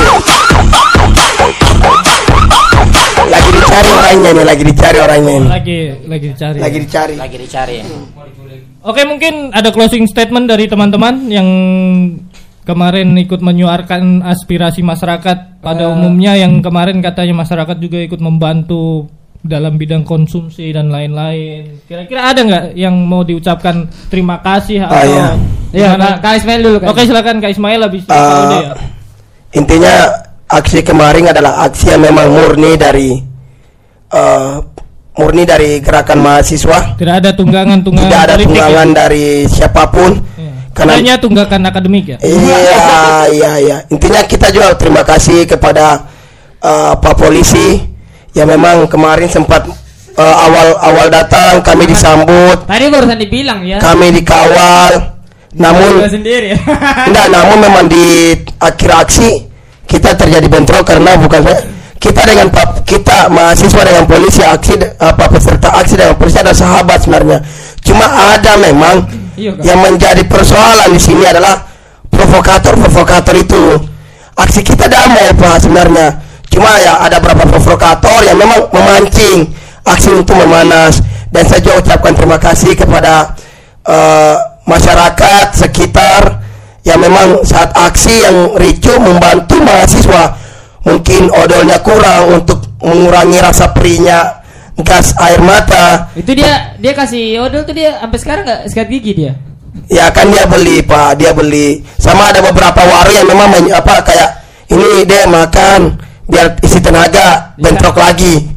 Lagi dicari orangnya nih, lagi dicari orangnya ini. Lagi lagi dicari. Lagi dicari. lagi dicari. Oke, mungkin ada closing statement dari teman-teman yang kemarin ikut menyuarakan aspirasi masyarakat pada umumnya, yang kemarin katanya masyarakat juga ikut membantu dalam bidang konsumsi dan lain-lain. Kira-kira ada nggak yang mau diucapkan terima kasih atau iya. Iya, gimana? Kak, Kak Ismail dulu kan. Oke, silakan Kak Ismail habis itu Uh, Kak Ode ya. Intinya aksi kemarin adalah aksi yang memang murni dari uh, murni dari gerakan mahasiswa. Tidak ada tunggangan-tunggangan Tidak ada politik tunggangan ya? dari siapapun. Iya. Karena Hanya tunggakan akademik ya. iya iya iya. Intinya kita juga terima kasih kepada uh, Pak Polisi yang memang kemarin sempat uh, awal awal datang kami disambut, Tadi barusan dibilang ya. kami dikawal. Namun Juga sendiri. enggak, namun memang di akhir aksi kita terjadi bentrok karena bukan kita dengan pap, kita mahasiswa dengan polisi aksi apa peserta aksi dengan polisi ada sahabat sebenarnya. Cuma ada memang Iya, Kak. yang menjadi persoalan di sini adalah provokator-provokator itu. Aksi kita damai Pak sebenarnya. Cuma ya ada beberapa provokator yang memang memancing aksi untuk memanas, dan saya juga ucapkan terima kasih kepada uh, masyarakat sekitar yang memang saat aksi yang ricuh membantu mahasiswa. Mungkin odolnya kurang untuk mengurangi rasa perihnya gas air mata. Itu dia dia kasih odol tuh dia sampai sekarang nggak sikat gigi dia. Ya kan dia beli Pak, dia beli. Sama ada beberapa warung yang memang men- apa kayak ini dia makan biar isi tenaga, bentrok lagi.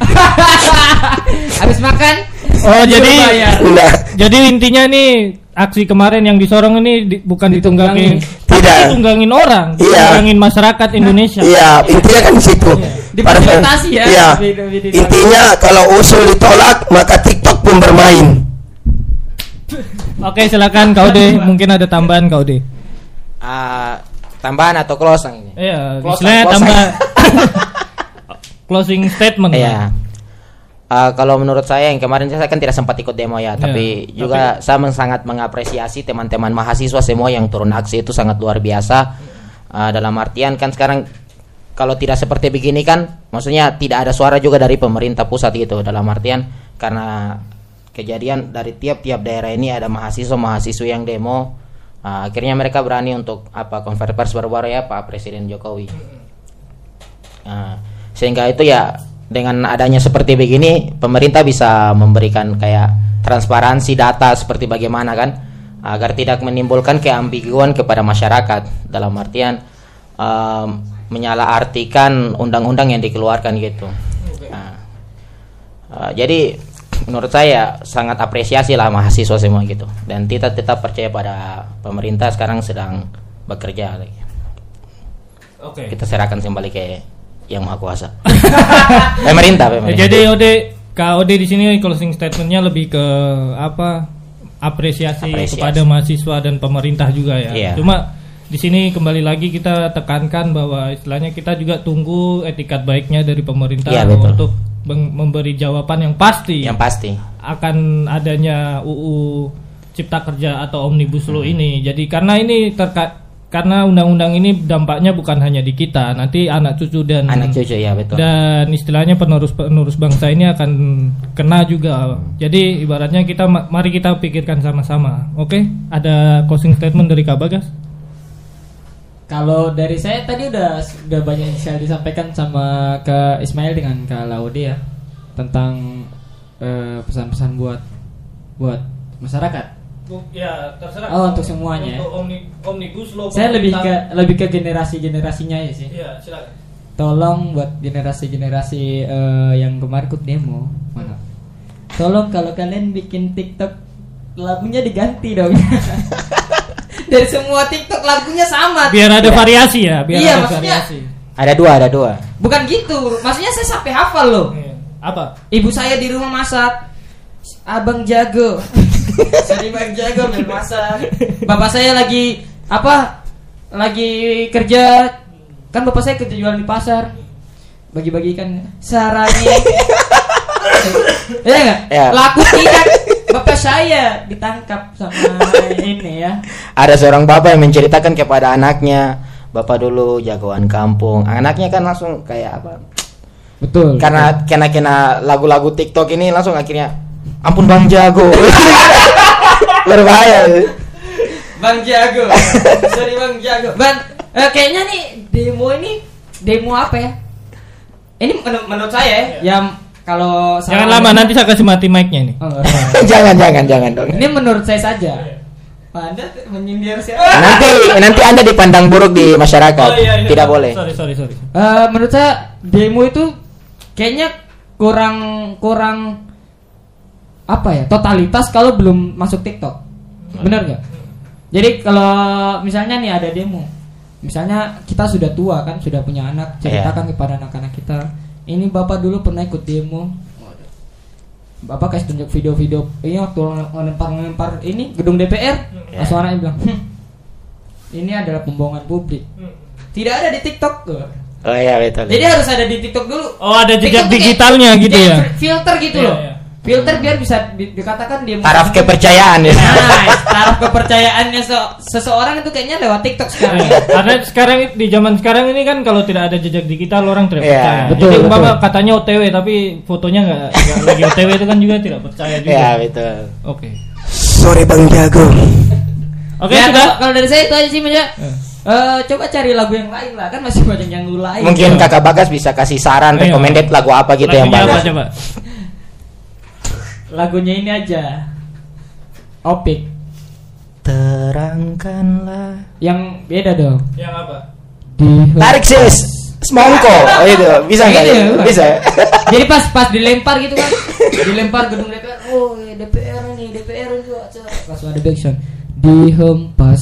Habis makan. Oh, jadi bayar. Nah, jadi intinya nih aksi kemarin yang disorong ini di- bukan ditunggangin, tapi Tidak. ditunggangin orang, Iya. ditunggangin masyarakat Indonesia. iya, intinya kan di situ. Pada- Difasilitasi ya. Iya. Video- video- Intinya kalau usul ditolak, maka TikTok pun bermain. Oke, silakan Kak Ode, mungkin ada tambahan Kak Ode. Ah, tambahan atau closing ini? Iya, Closing, istilahnya closing. tambah closing statement. Iya. Ah, kalau menurut saya yang kemarin saya kan tidak sempat ikut demo ya, Iya, tapi juga saya men- sangat mengapresiasi teman-teman mahasiswa semua yang turun aksi itu sangat luar biasa. Ah, dalam artian kan sekarang kalau tidak seperti begini kan, maksudnya tidak ada suara juga dari pemerintah pusat gitu. Dalam artian karena kejadian dari tiap-tiap daerah ini ada mahasiswa-mahasiswa yang demo, ah, akhirnya mereka berani untuk apa konferensi pers baru-baru ya Pak Presiden Jokowi. Ah, sehingga itu ya dengan adanya seperti begini pemerintah bisa memberikan kayak transparansi data seperti bagaimana kan, agar tidak menimbulkan keambiguan kepada masyarakat dalam artian um, menyalahartikan undang-undang yang dikeluarkan gitu. Nah, uh, jadi menurut saya sangat apresiasi lah mahasiswa semua gitu, dan kita tetap percaya pada pemerintah sekarang sedang bekerja lagi. Oke. Kita serahkan kembali ke yang maha kuasa. pemerintah, Ya, pemerintah. jadi Ode, Kak Ode di sini closing statementnya lebih ke apa? Apresiasi, Apresiasi. kepada mahasiswa dan pemerintah juga ya. Iya. Cuma di sini kembali lagi kita tekankan bahwa istilahnya kita juga tunggu etikat baiknya dari pemerintah Iya, betul. untuk beng- memberi jawaban yang pasti Yang pasti. akan adanya U U Cipta Kerja atau Omnibus Law Hmm. ini. Jadi karena ini terkait karena undang-undang ini dampaknya bukan hanya di kita, nanti anak cucu dan Anak cucu ya betul. dan istilahnya penerus-penerus bangsa ini akan kena juga. Jadi ibaratnya kita mari kita pikirkan sama-sama. Oke, ada closing statement dari Kak Bagas. Kalau dari saya tadi udah udah banyak yang saya disampaikan sama ke Ismail dengan Kak Laude ya tentang eh, pesan-pesan buat buat masyarakat. Ya, terserah. Oh, untuk semuanya. Untuk omni, omnibus law. Saya lebih ke lebih ke generasi-generasinya ya sih. Iya, silakan. Tolong buat generasi-generasi eh, yang kemarin ikut demo, mana? Tolong kalau kalian bikin TikTok lagunya diganti dong. Dari semua TikTok lagunya sama. Biar ada variasi ya, biar Iya, ada maksudnya- variasi. Ada dua, ada dua. Bukan gitu, maksudnya saya sampai hafal loh. Iya. Apa? Ibu saya di rumah masak, abang jago. Saya bang jago main masak. Bapak saya lagi apa? Lagi kerja. Kan bapak saya kerja jualan di pasar. Bagi-bagi ikan sarangnya. Iya enggak? Ya. Laku tidak. Bapak saya ditangkap sama ini ya. Ada seorang bapak yang menceritakan kepada anaknya, bapak dulu jagoan kampung. Anaknya kan langsung kayak apa? Betul. Karena kena-kena lagu-lagu TikTok ini langsung akhirnya ampun Bang Jago. Berbahaya. Bang Jago. Sorry Bang Jago. Bang, eh, kayaknya nih demo ini demo apa ya? Ini menur- menurut saya ya, yang kalau Jangan lama, nanti saya kasih mati mic-nya ini. Oh, enggak. jangan, jangan, jangan dong. Ini menurut saya saja. Pak Anda menyindir saya. Nanti nanti Anda dipandang buruk di masyarakat. Tidak boleh. Sorry, sorry, sorry. Eh, menurut saya demo itu kayaknya kurang kurang apa ya? Totalitas kalau belum masuk TikTok. Benar nggak? Jadi kalau misalnya nih ada demo, misalnya kita sudah tua kan, sudah punya anak, ceritakan kepada anak-anak kita, ini bapak dulu pernah ikut demo. Bapak kasih tunjuk video-video ini waktu ngelempar-ngelempar ini gedung D P R. Ya. Langsung anaknya bilang, hm, ini adalah pembohongan publik. Tidak ada di TikTok tuh. Oh iya betul. Jadi harus ada di TikTok dulu. Oh, ada jejak TikTok tuh kayak- digitalnya gitu kayak ya. fil- Filter gitu Iya, loh. iya. Filter biar bisa di- dikatakan dia Taraf kepercayaan ya. Nah, taraf kepercayaannya se- seseorang itu kayaknya lewat TikTok sekarang. Iya. Karena sekarang di zaman sekarang ini kan kalau tidak ada jejak digital orang tidak Iya, percaya. betul, Jadi umpama betul. katanya O T W tapi fotonya nggak nggak lagi O T W itu kan juga tidak percaya juga. Iya betul. Oke. Sorry Bang Jago. Oke, Ya, sudah. kalau- Kalau dari saya itu aja sih, Mas. ya. Eh. Eh, coba cari lagu yang lain lah, kan masih banyak yang lain. Mungkin Kakak Bagas bisa kasih saran, Ayo. recommended lagu apa gitu yang Lagunya apa bagus. coba? Lagunya ini aja. Opik. Terangkanlah. Yang beda dong. Yang apa? Di Tarik sis. Semongko. Oh itu bisa nggak? Iya, ya? Pak. Bisa. Jadi pas pas dilempar gitu kan, dilempar gedung D P R. Oh, D P R nih, D P R itu aja. Langsung ada backsound. Dihempas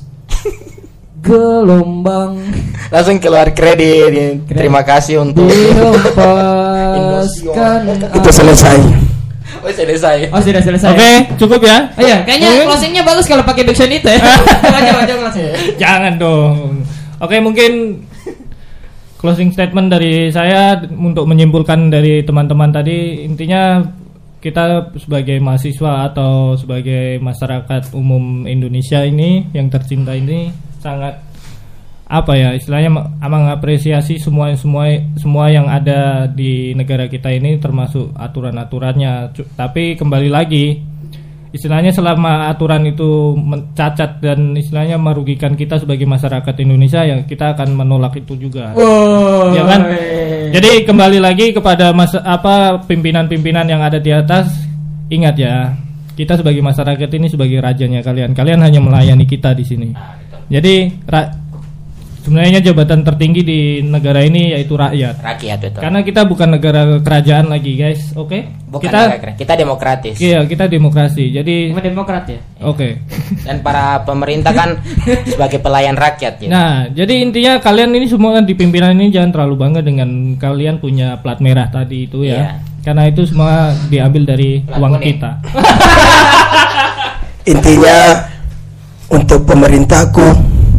gelombang. Langsung keluar kredit. Terima kasih untuk. Dihempaskan. Itu selesai. Oh selesai. Oh, sudah selesai. Oke, cukup ya. Oh iya, kayaknya Oke. closingnya bagus kalau pakai backsound itu ya. Coba coba coba closing. Jangan dong. Oke, mungkin closing statement dari saya untuk menyimpulkan dari teman-teman tadi, intinya kita sebagai mahasiswa atau sebagai masyarakat umum Indonesia ini yang tercinta ini sangat apa ya istilahnya ma- mengapresiasi semua semua semua yang ada di negara kita ini termasuk aturan-aturannya. Cu- Tapi kembali lagi istilahnya selama aturan itu mencacat dan istilahnya merugikan kita sebagai masyarakat Indonesia ya kita akan menolak itu juga. Wow. Ya kan? Jadi kembali lagi kepada mas apa pimpinan-pimpinan yang ada di atas, ingat ya, kita sebagai masyarakat ini sebagai rajanya kalian. Kalian hanya melayani kita di sini. Jadi ra- sebenarnya jabatan tertinggi di negara ini yaitu rakyat. Rakyat betul. Karena kita bukan negara kerajaan lagi, guys. Oke? Bukan Kita negara, kita demokratis. iya, kita demokrasi. Jadi Cuma Demokrat ya. oke. Dan para pemerintah kan sebagai pelayan rakyat ya. Nah, jadi intinya kalian ini semua di pimpinan ini jangan terlalu bangga dengan kalian punya plat merah tadi itu ya. Iya. Karena itu semua diambil dari Plat uang kuning. kita. Intinya untuk pemerintahku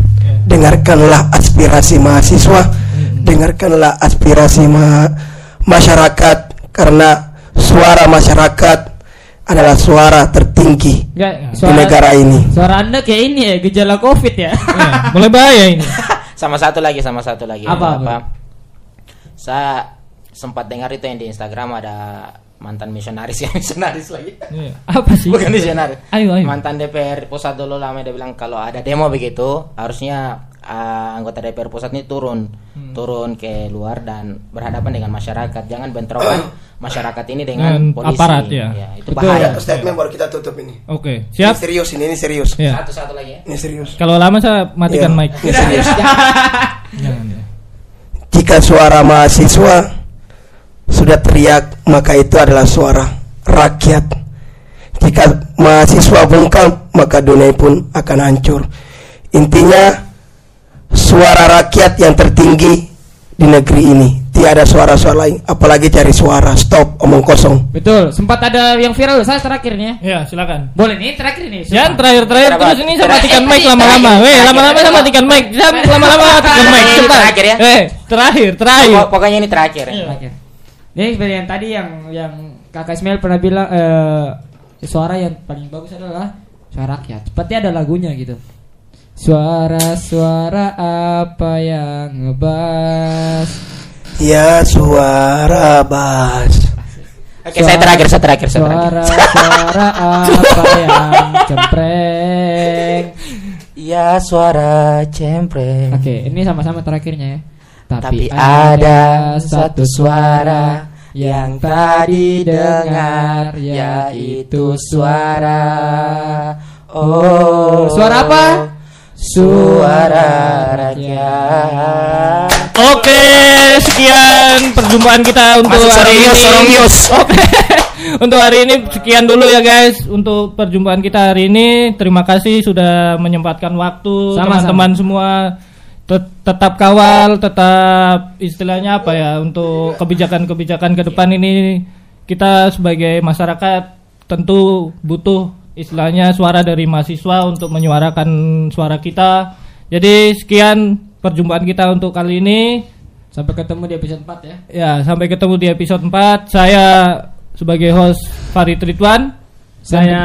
dengarkanlah aspirasi mahasiswa, dengarkanlah aspirasi ma- masyarakat, karena suara masyarakat adalah suara tertinggi Nggak, di negara ini. Suara Anda kayak ini ya, gejala Covid ya. Ya, mulai bahaya ini. Sama satu lagi, sama satu lagi. Apa, apa? Saya sempat dengar itu yang di Instagram ada mantan misionaris ya, misionaris lagi. Iya. Apa sih? Bukan misionaris. Ayo, ayo. Mantan D P R pusat dulu lama dia bilang kalau ada demo begitu harusnya uh, anggota D P R pusat ini turun hmm. turun ke luar dan berhadapan dengan masyarakat. Jangan bentrokan masyarakat ini dengan, dengan polisi. aparat ya. Ya, itu Betul. bahaya. Satu statement baru kita tutup ini. Oke, Ini siap. serius ini, ini serius. Ya. Satu-satu lagi ya. Ini serius. Kalau lama saya matikan Iya. mic. Ini serius. Jangan ya. Jika suara mahasiswa sudah teriak, maka itu adalah suara rakyat. Jika mahasiswa bungkam, maka dunia pun akan hancur. Intinya, suara rakyat yang tertinggi di negeri ini. Tiada suara-suara lain, apalagi cari suara. Stop, omong kosong. Betul, sempat ada yang viral saya terakhirnya. Ya, silakan. Boleh nih terakhir nih. Jangan sumpah. terakhir-terakhir Terakhir, terus ini saya terakhir. matikan Eh, mic tadi, lama-lama. terakhir, Weh, terakhir. lama-lama saya matikan mic. Saya lama-lama matikan mic. Ini Cepat. terakhir ya. Eh, terakhir, terakhir. Pokok- Pokoknya ini terakhir. Iya. Terakhir. Jadi seperti yang tadi yang yang Kakak Ismail pernah bilang eh, suara yang paling bagus adalah suara rakyat. Seperti ada lagunya gitu. Suara-suara apa yang ngebas? Ya, suara bass. Oke, saya terakhir, saya terakhir, saya terakhir. Suara-suara apa yang cempreng? Ya suara cempreng. Oke, ini sama-sama terakhirnya ya. Tapi ada satu suara yang tadi dengar, yaitu suara oh Suara apa? Suara rakyat. Oke, sekian perjumpaan kita untuk Masuk hari Sorong Yus, ini. Sorong Yus. Oke. Untuk hari ini sekian dulu ya guys untuk perjumpaan kita hari ini. Terima kasih sudah menyempatkan waktu Sama-sama. teman-teman semua. Tet- tetap kawal, tetap istilahnya apa ya untuk kebijakan-kebijakan ke depan ini kita sebagai masyarakat tentu butuh istilahnya suara dari mahasiswa untuk menyuarakan suara kita. Jadi sekian perjumpaan kita untuk kali ini. Sampai ketemu di episode empat ya. Ya, sampai ketemu di episode empat. Saya sebagai host Farid Ridwan. Saya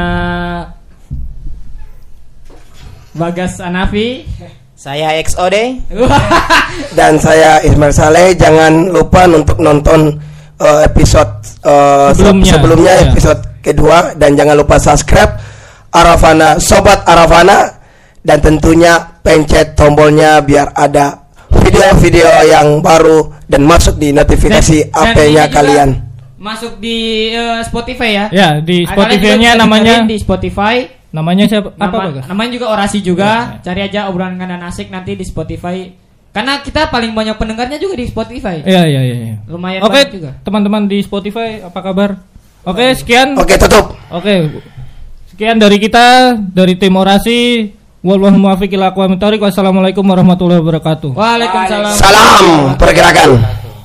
Bagas Anafi. Saya X O D. Dan saya Ismail Saleh. Jangan lupa untuk nonton uh, episode uh, Sebelumnya. sebelumnya Ya. episode kedua, dan jangan lupa subscribe Arafana, Sobat Arafana, dan tentunya pencet tombolnya biar ada video-video yang baru dan masuk di notifikasi Dan- A P-nya dan ini juga kalian. Masuk di eh, Spotify ya. Ya, di Kalian Spotify-nya juga bisa namanya dengerin di Spotify. namanya siapa? Apa Nama, Bagas? namanya juga Orasi juga. Ya, Cari aja obrolan kanan asik nanti di Spotify. Karena kita paling banyak pendengarnya juga di Spotify. Iya, iya, iya. iya. Lumayan Oke, banyak juga. teman-teman di Spotify, apa kabar? Oke, sekian. Oke, tutup. Oke. Sekian dari kita dari tim Orasi. Wallahu muwaffiq ila aqwamit thoriq. Wassalamualaikum warahmatullahi wabarakatuh. Waalaikumsalam. Salam pergerakan.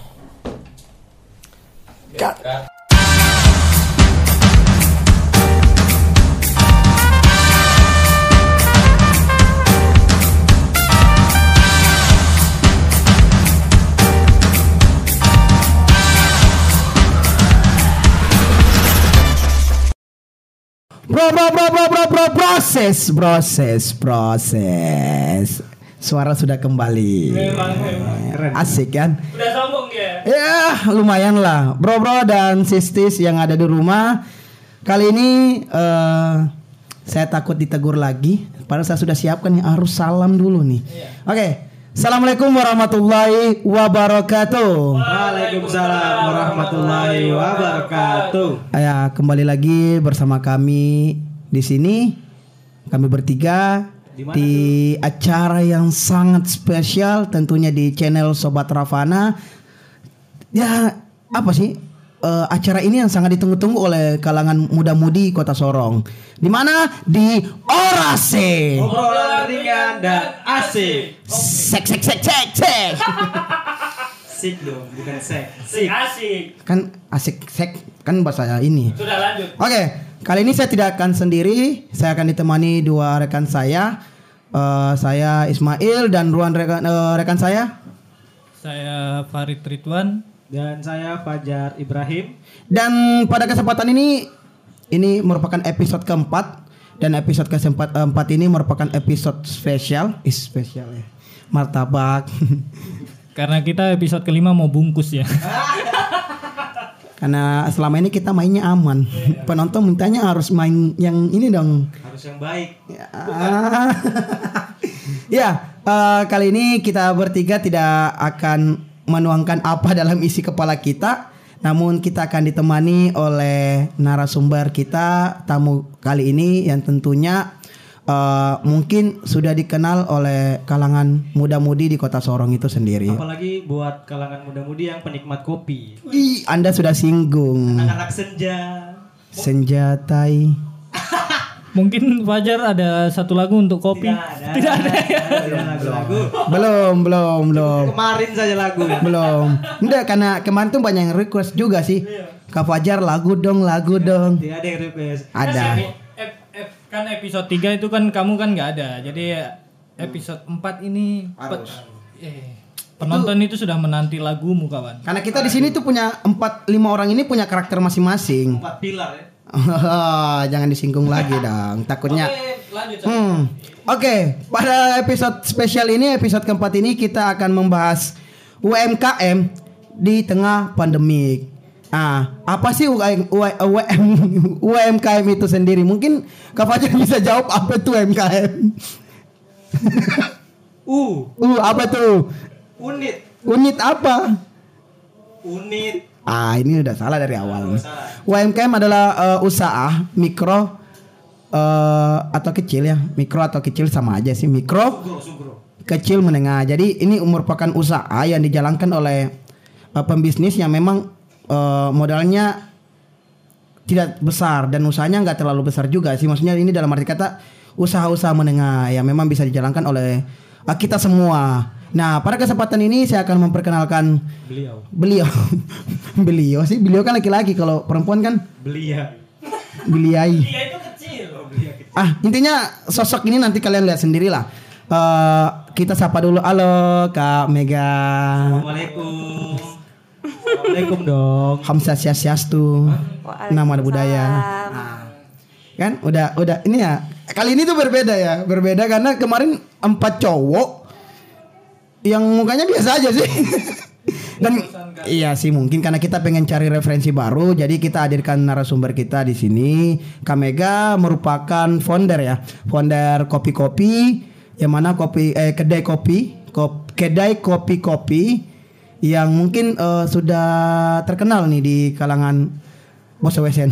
Cut. Bro, bro, bro, bro, bro, bro, proses, proses, proses. Suara sudah kembali. Asik kan? Udah sombong dia. Ya, lumayan lah. Bro, bro dan sistis yang ada di rumah. Kali ini eh, saya takut ditegur lagi. Padahal saya sudah siapkan nih, harus salam dulu nih. Oke. Assalamualaikum warahmatullahi wabarakatuh. Waalaikumsalam warahmatullahi wabarakatuh. Ya, kembali lagi bersama kami di sini. Kami bertiga di acara yang sangat spesial, tentunya di channel Sobat Ravana. Ya, apa sih? Eh, acara ini yang sangat ditunggu-tunggu oleh kalangan muda-mudi Kota Sorong. Di mana? Di Orasi. Obrolan ringan dan asik. Sek sek sek sek sek. Sik dong, bukan sek. Sik. Asik. Kan asik sek kan bahasa ini. Sudah lanjut. Oke, kali ini saya tidak akan sendiri. Saya akan ditemani dua rekan saya. Uh, saya Ismail dan Ruan rekan, uh, rekan saya. Saya Farid Ridwan. Dan saya Fajar Ibrahim. Dan pada kesempatan ini, ini merupakan episode keempat. Dan episode keempat ini merupakan episode spesial. Is spesial ya. Martabak. Karena kita episode kelima mau bungkus ya. Karena selama ini kita mainnya aman. Penonton mintanya harus main yang ini dong. Harus yang baik. Ya, ya uh, kali ini kita bertiga tidak akan menuangkan apa dalam isi kepala kita. Namun kita akan ditemani oleh narasumber kita, tamu kali ini yang tentunya uh, mungkin sudah dikenal oleh kalangan muda-mudi di Kota Sorong itu sendiri. Apalagi buat kalangan muda-mudi yang penikmat kopi. Ih, Anda sudah singgung. Anak-anak senja. Senjatai. Mungkin Fajar ada satu lagu untuk kopi. Tidak ada. Tidak ada. Tidak ada lagu. Belum, belum, belum. Kemarin saja lagu. Belum. Enggak, karena kemarin tuh banyak yang request juga sih. Kak Fajar lagu dong, lagu dong. Tidak ada yang request. Ada. Ep, ep, kan episode tiga itu kan kamu kan nggak ada. Jadi episode empat ini pe- eh, penonton itu, itu sudah menanti lagumu kawan. Karena kita di sini tuh punya empat lima orang ini punya karakter masing-masing. Empat pilar ya. Jangan disinggung lagi dong. Takutnya. Oke, lanjut. Hmm. Oke, okay. Pada episode spesial ini, episode keempat ini kita akan membahas U M K M di tengah pandemik. Ah, apa sih U M K M itu sendiri? Mungkin Kak Fajar bisa jawab apa itu U M K M? U. Uh, apa tuh? Unit. Unit apa? Unit. Ah, ini udah salah dari awal. Oh, salah. U M K M adalah uh, usaha mikro uh, atau kecil ya. Mikro atau kecil sama aja sih. Mikro, Sugro, sugro. kecil, menengah. Jadi ini merupakan usaha yang dijalankan oleh uh, pembisnis yang memang uh, modalnya tidak besar dan usahanya nggak terlalu besar juga sih. Maksudnya ini dalam arti kata usaha-usaha menengah yang memang bisa dijalankan oleh uh, kita semua. Nah, pada kesempatan ini saya akan memperkenalkan Beliau. Beliau. Beliau sih, beliau kan laki-laki, kalau perempuan kan Belia. beliai. Belia itu kecil. Oh, belia kecil. Ah, intinya sosok ini nanti kalian lihat sendirilah. Uh, kita sapa dulu. Halo, Kak Mega. Assalamualaikum. Assalamualaikum dong. Hamzah Syastu. Nama budaya. Nah, kan udah udah ini ya. Kali ini tuh berbeda ya. Berbeda karena kemarin empat cowok yang mukanya biasa aja sih. Dan iya sih, mungkin karena kita pengen cari referensi baru, jadi kita hadirkan narasumber kita di sini. Kak Mega merupakan founder ya, founder kopi-kopi, yang mana kopi eh, kedai kopi, kop, kedai kopi-kopi yang mungkin uh, sudah terkenal nih di kalangan bos W S N.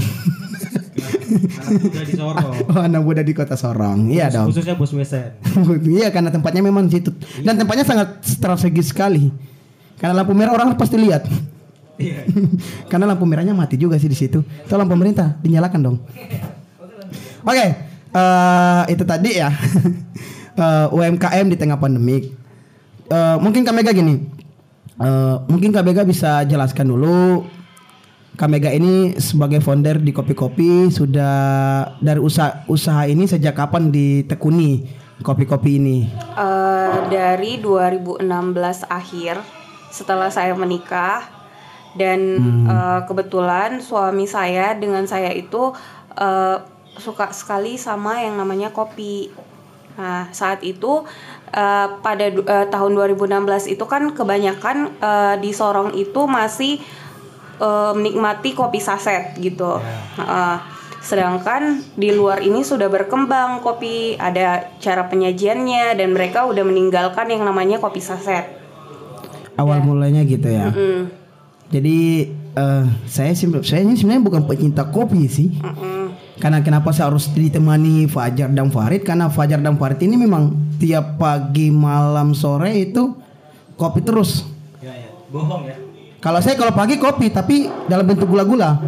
Anak muda di Sorong. Oh, anak muda di Kota Sorong. Iya dong. Khususnya bos Wesen. Iya, karena tempatnya memang situ. Dan tempatnya sangat strategis sekali. Karena lampu merah orang pasti lihat. Iya. Karena lampu merahnya mati juga sih di situ. Tolong pemerintah dinyalakan dong. Oke, okay, uh, itu tadi ya. uh, U M K M di tengah pandemik. Uh, mungkin Kak Mega gini. Uh, mungkin Kak Mega bisa jelaskan dulu. Kak Mega ini sebagai founder di kopi-kopi sudah dari usaha usaha ini sejak kapan ditekuni kopi-kopi ini? Uh, dari dua ribu enam belas akhir setelah saya menikah dan hmm. uh, kebetulan suami saya dengan saya itu uh, suka sekali sama yang namanya kopi. Nah, saat itu uh, pada uh, tahun dua ribu enam belas itu kan kebanyakan uh, di Sorong itu masih uh, menikmati kopi saset gitu. Yeah. Uh, sedangkan di luar ini sudah berkembang kopi, ada cara penyajiannya dan mereka udah meninggalkan yang namanya kopi saset. Awal yeah. mulanya gitu ya. Mm-hmm. Jadi uh, saya saya ini sebenarnya bukan pecinta kopi sih. Mm-hmm. Karena kenapa saya harus ditemani Fajar dan Farid? Karena Fajar dan Farid ini memang tiap pagi, malam, sore itu kopi terus. Ya, ya. Bohong ya. Kalau saya kalau pagi kopi tapi dalam bentuk gula-gula.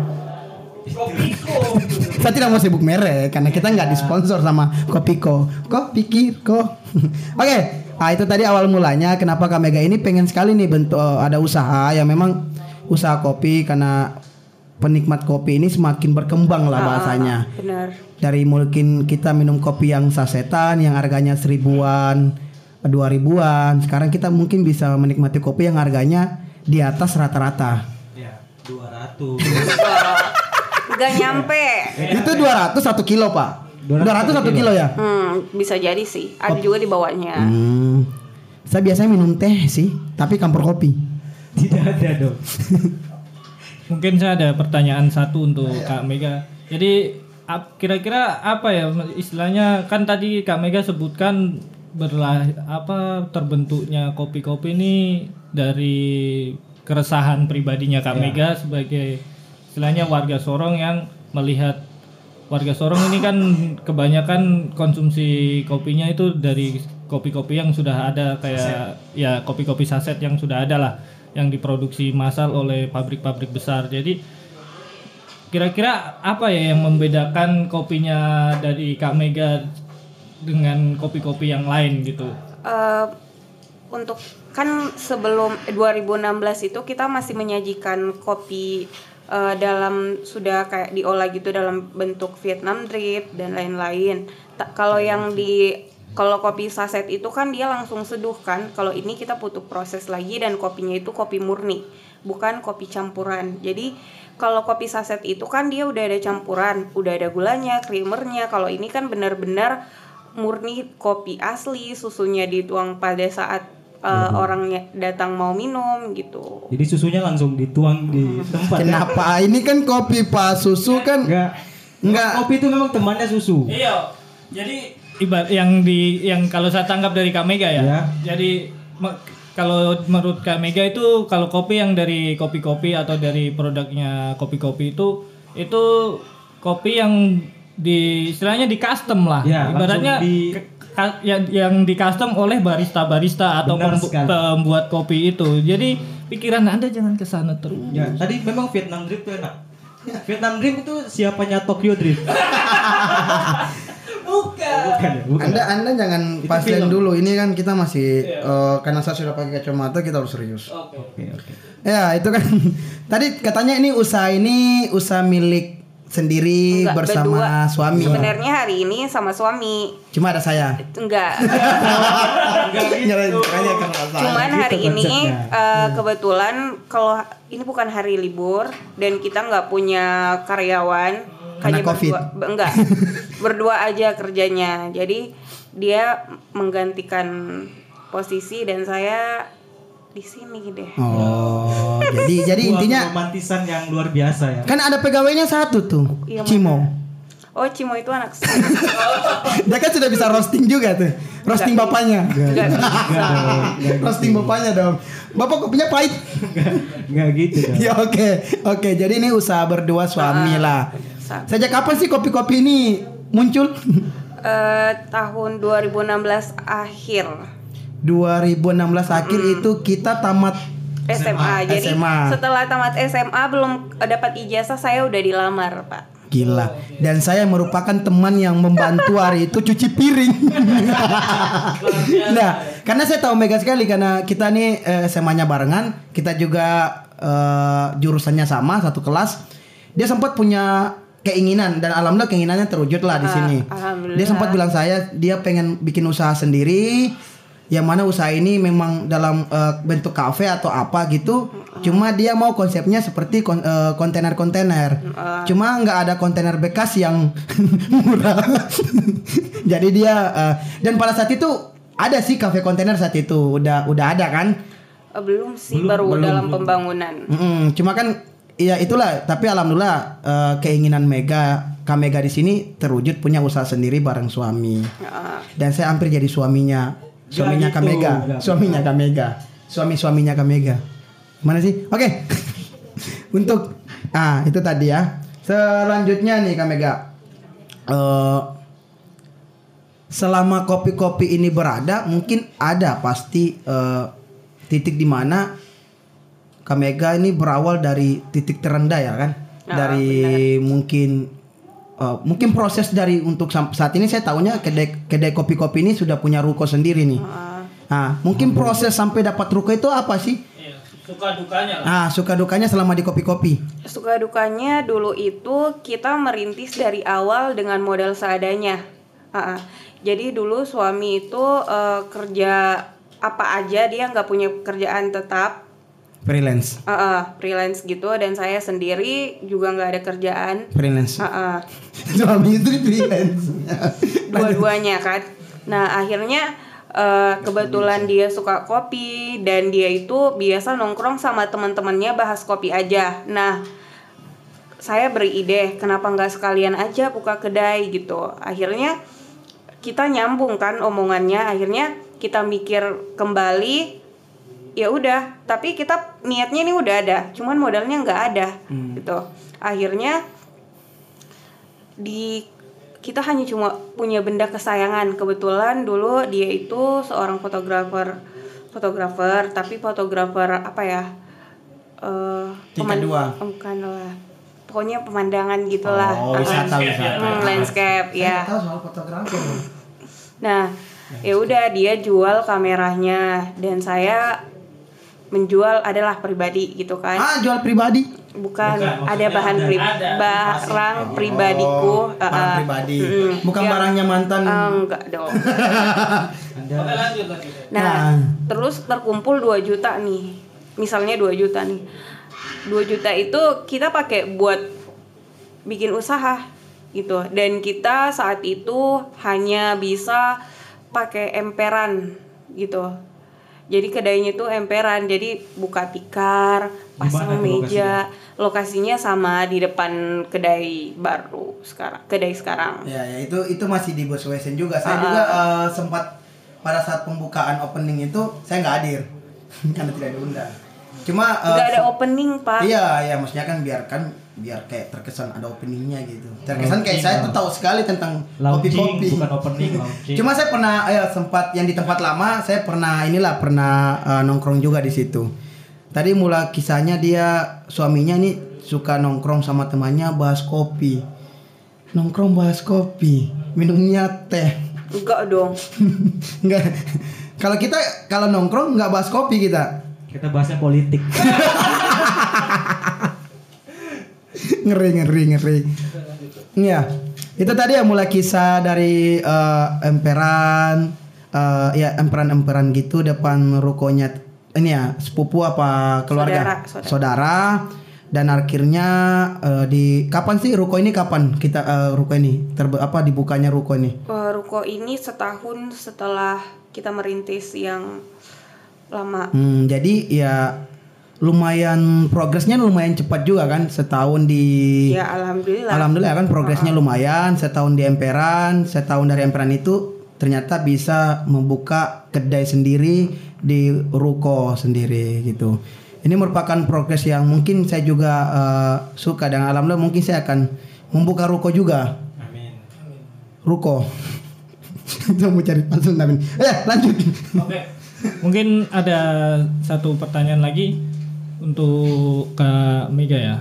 Saya tidak mau sebut merek karena kita nggak disponsor sama Kopiko. Kok pikir kok. Oke, okay. Nah itu tadi awal mulanya kenapa Kak Mega ini pengen sekali nih bentuk ada usaha yang memang usaha kopi karena penikmat kopi ini semakin berkembang lah bahasanya. Ah, benar. Dari mungkin kita minum kopi yang sasetan yang harganya seribuan, dua ribuan. Sekarang kita mungkin bisa menikmati kopi yang harganya di atas rata-rata. Ya, dua ratus. Gak nyampe. Itu dua ratus satu kilo, Pak. dua ratus satu kilo ya? Hmm, bisa jadi sih. Ada juga di bawahnya. Hmm. Saya biasanya minum teh sih, tapi campur kopi. Tidak ada dong. Mungkin saya ada pertanyaan satu untuk Kak Mega. Jadi ap- kira-kira apa ya istilahnya, kan tadi Kak Mega sebutkan berlah apa terbentuknya kopi-kopi ini dari keresahan pribadinya Kak Ya. Mega sebagai istilahnya warga Sorong yang melihat warga Sorong ini kan kebanyakan konsumsi kopinya itu dari kopi-kopi yang sudah ada kayak ya kopi-kopi saset yang sudah ada lah yang diproduksi massal oleh pabrik-pabrik besar. Jadi kira-kira apa ya yang membedakan kopinya dari Kak Mega dengan kopi-kopi yang lain gitu? Eh, untuk kan sebelum dua ribu enam belas itu kita masih menyajikan kopi eh, dalam sudah kayak diolah gitu dalam bentuk Vietnam drip dan lain-lain. Ta- kalau yang di kalau kopi saset itu kan dia langsung seduh kan. Kalau ini kita butuh proses lagi dan kopinya itu kopi murni, bukan kopi campuran. Jadi kalau kopi saset itu kan dia udah ada campuran, udah ada gulanya, creamernya. Kalau ini kan benar-benar murni kopi asli, susunya dituang pada saat uh, orangnya datang mau minum gitu. Jadi susunya langsung dituang di tempat. Kenapa? Ini kan kopi, Pak. Susu kan Enggak. enggak. Kopi itu memang temannya susu. Iya. Jadi ibarat yang di yang kalau saya tangkap dari Kak Mega ya. Ya. Jadi me- kalau menurut Kak Mega itu kalau kopi yang dari kopi-kopi atau dari produknya kopi-kopi itu itu kopi yang di istilahnya di custom lah. Ya, Ibaratnya langsung di- ke- ka- yang yang di custom oleh barista-barista atau Benar pembu- sekali. pembuat kopi itu. Jadi pikiran Anda jangan ke sana terus. Ya, tadi memang Vietnam Drip tuh enak. Vietnam Drip itu siapanya Tokyo Drift. Bukan. Bukan ya, bukan. Anda Anda jangan Itu paslin film. dulu. Ini kan kita masih Iya. eh, karena saya sudah pakai kacamata, kita harus serius. Oke. Oke, oke. Ya, itu kan tadi katanya ini usaha ini usaha milik sendiri Enggak, bersama berdua. suami. Sebenarnya hari ini sama suami. Cuma ada saya. Enggak. Nyerahin nyerahin karena saya. Cuman gitu hari ini konsepnya. eh, kebetulan kalau ini bukan hari libur dan kita nggak punya karyawan, Karena hanya COVID. berdua, be- enggak, berdua aja kerjanya. Jadi dia menggantikan posisi dan saya di sini deh. Oh, jadi jadi Buang intinya romantisan yang luar biasa ya. kan ada pegawainya satu tuh, Iya, Cimo. Oh, Cimo itu anak saya. Dia kan sudah bisa roasting juga tuh. Roasting Enggak. bapaknya. Enggak bisa. Roasting bapaknya dong. Bapak kopinya pahit. Enggak gitu dong. Ya oke. Oke, jadi ini usaha berdua suami Ah, lah. usaha. Sejak kapan sih kopi-kopi ini muncul? Eh, tahun dua ribu enam belas akhir dua ribu enam belas akhir itu kita tamat S M A. Jadi S M A. setelah tamat S M A belum dapat ijazah saya udah dilamar, Pak. Gila. Dan saya merupakan teman yang membantu hari itu cuci piring. Nah, karena saya tahu Mega sekali karena kita nih eh, S M A-nya barengan, kita juga eh, jurusannya sama, satu kelas. Dia sempat punya keinginan dan alhamdulillah keinginannya terwujud lah di Ah, sini. alhamdulillah. Dia sempat bilang saya dia pengen bikin usaha sendiri. Yang mana usaha ini memang dalam eh, bentuk kafe atau apa gitu. Cuma dia mau konsepnya seperti kon- eh, kontainer-kontainer. Cuma nggak ada kontainer bekas yang murah. Jadi dia eh, dan pada saat itu ada sih kafe kontainer saat itu udah udah ada kan. Eh, belum sih, Belum, baru belum, dalam belum. pembangunan. Mm-mm, cuma kan ya itulah. Tapi alhamdulillah eh, keinginan Mega Kak Mega di sini terwujud punya usaha sendiri bareng suami. Ah, Dan saya hampir jadi suaminya. Suaminya Kak gitu, Mega, nggak suaminya Kak Mega, suami-suaminya Kak Mega. Mana sih? Oke. Untuk ah itu tadi ya. Selanjutnya nih Kak Mega. Eh, selama kopi-kopi ini berada, mungkin ada pasti eh, titik di mana Kak Mega ini berawal dari titik terendah ya kan? Ah, Dari mungkin Uh, mungkin proses dari untuk sam- saat ini saya tahunya kedai kedai kopi-kopi ini sudah punya ruko sendiri nih. ah. Nah, mungkin proses sampai dapat ruko itu apa sih? Iya, suka dukanya lah. Ah, suka dukanya selama di kopi-kopi. Suka dukanya dulu itu kita merintis dari awal dengan modal seadanya. Uh-uh. Jadi dulu suami itu uh, kerja apa aja, dia nggak punya kerjaan tetap. Freelance. Uh-uh, freelance gitu, dan saya sendiri juga nggak ada kerjaan. Freelance. Uh-uh. Suami istri freelance. Dua-duanya kan. Nah akhirnya Uh, kebetulan dia suka kopi dan dia itu biasa nongkrong sama teman-temannya bahas kopi aja. Nah, saya beride kenapa nggak sekalian aja buka kedai gitu. Akhirnya kita nyambung kan omongannya. Akhirnya kita mikir kembali. Ya udah, tapi kita niatnya nih udah ada, cuman modalnya nggak ada hmm. gitu. Akhirnya di kita hanya cuma punya benda kesayangan. Kebetulan dulu dia itu seorang fotografer, fotografer, tapi fotografer apa ya? Uh, Tingkat dua. Bukan lah. Pokoknya pemandangan gitulah. Oh, wisata, uh, wisata. Hmm, landscape, ya. Saya tahu soal fotografer. Nah, ya udah dia jual kameranya dan saya menjual adalah pribadi gitu kan. Ah, jual pribadi? Bukan, Bukan ada bahan pri barang oh, pribadiku, barang uh, pribadi. Mm, Bukan yang, barangnya mantan. Uh, enggak dong. Nah, terus terkumpul dua juta nih. Misalnya dua juta nih. dua juta itu kita pakai buat bikin usaha gitu. Dan kita saat itu hanya bisa pakai emperan gitu. Jadi kedainya tuh emperan, jadi buka tikar, pasang meja, lokasinya? lokasinya sama di depan kedai baru sekarang, kedai sekarang. Ya, ya itu itu masih di Boswesen juga. Saya uh, juga uh, sempat pada saat pembukaan opening itu saya nggak hadir karena tidak diundang. Cuma nggak uh, ada opening pak. Iya, ya maksudnya kan biarkan biar kayak terkesan ada openingnya gitu. Terkesan kayak saya tuh tahu sekali tentang kopi-kopi. Bukan opening, launching. Cuma saya pernah ya sempat yang di tempat lama saya pernah inilah pernah uh, nongkrong juga di situ. Tadi mula kisahnya dia suaminya nih suka nongkrong sama temannya bahas kopi. Nongkrong bahas kopi, minumnya teh. Enggak dong. Enggak. Kalau kita kalau nongkrong nggak bahas kopi kita. Kita bahasnya politik. ngeri ngeri ngeri. Iya. Itu tadi ya mulai kisah dari uh, emperan uh, ya emperan-emperan gitu depan rukonya ini ya sepupu apa keluarga saudara, saudara. saudara dan akhirnya uh, di kapan sih ruko ini kapan kita uh, ruko ini terbe apa dibukanya ruko ini? Uh, ruko ini setahun setelah kita merintis yang lama. Hmm, jadi ya lumayan progresnya lumayan cepat juga kan setahun di ya alhamdulillah alhamdulillah kan progresnya uh-huh. lumayan setahun di emperan setahun dari emperan itu ternyata bisa membuka kedai sendiri di ruko sendiri gitu. Ini merupakan progres yang mungkin saya juga uh, suka dan alhamdulillah mungkin saya akan membuka ruko juga. Amin. Ruko. Kita mau cari pansul Amin. Eh lanjut. Oke. Mungkin ada satu pertanyaan lagi untuk Kak Mega ya.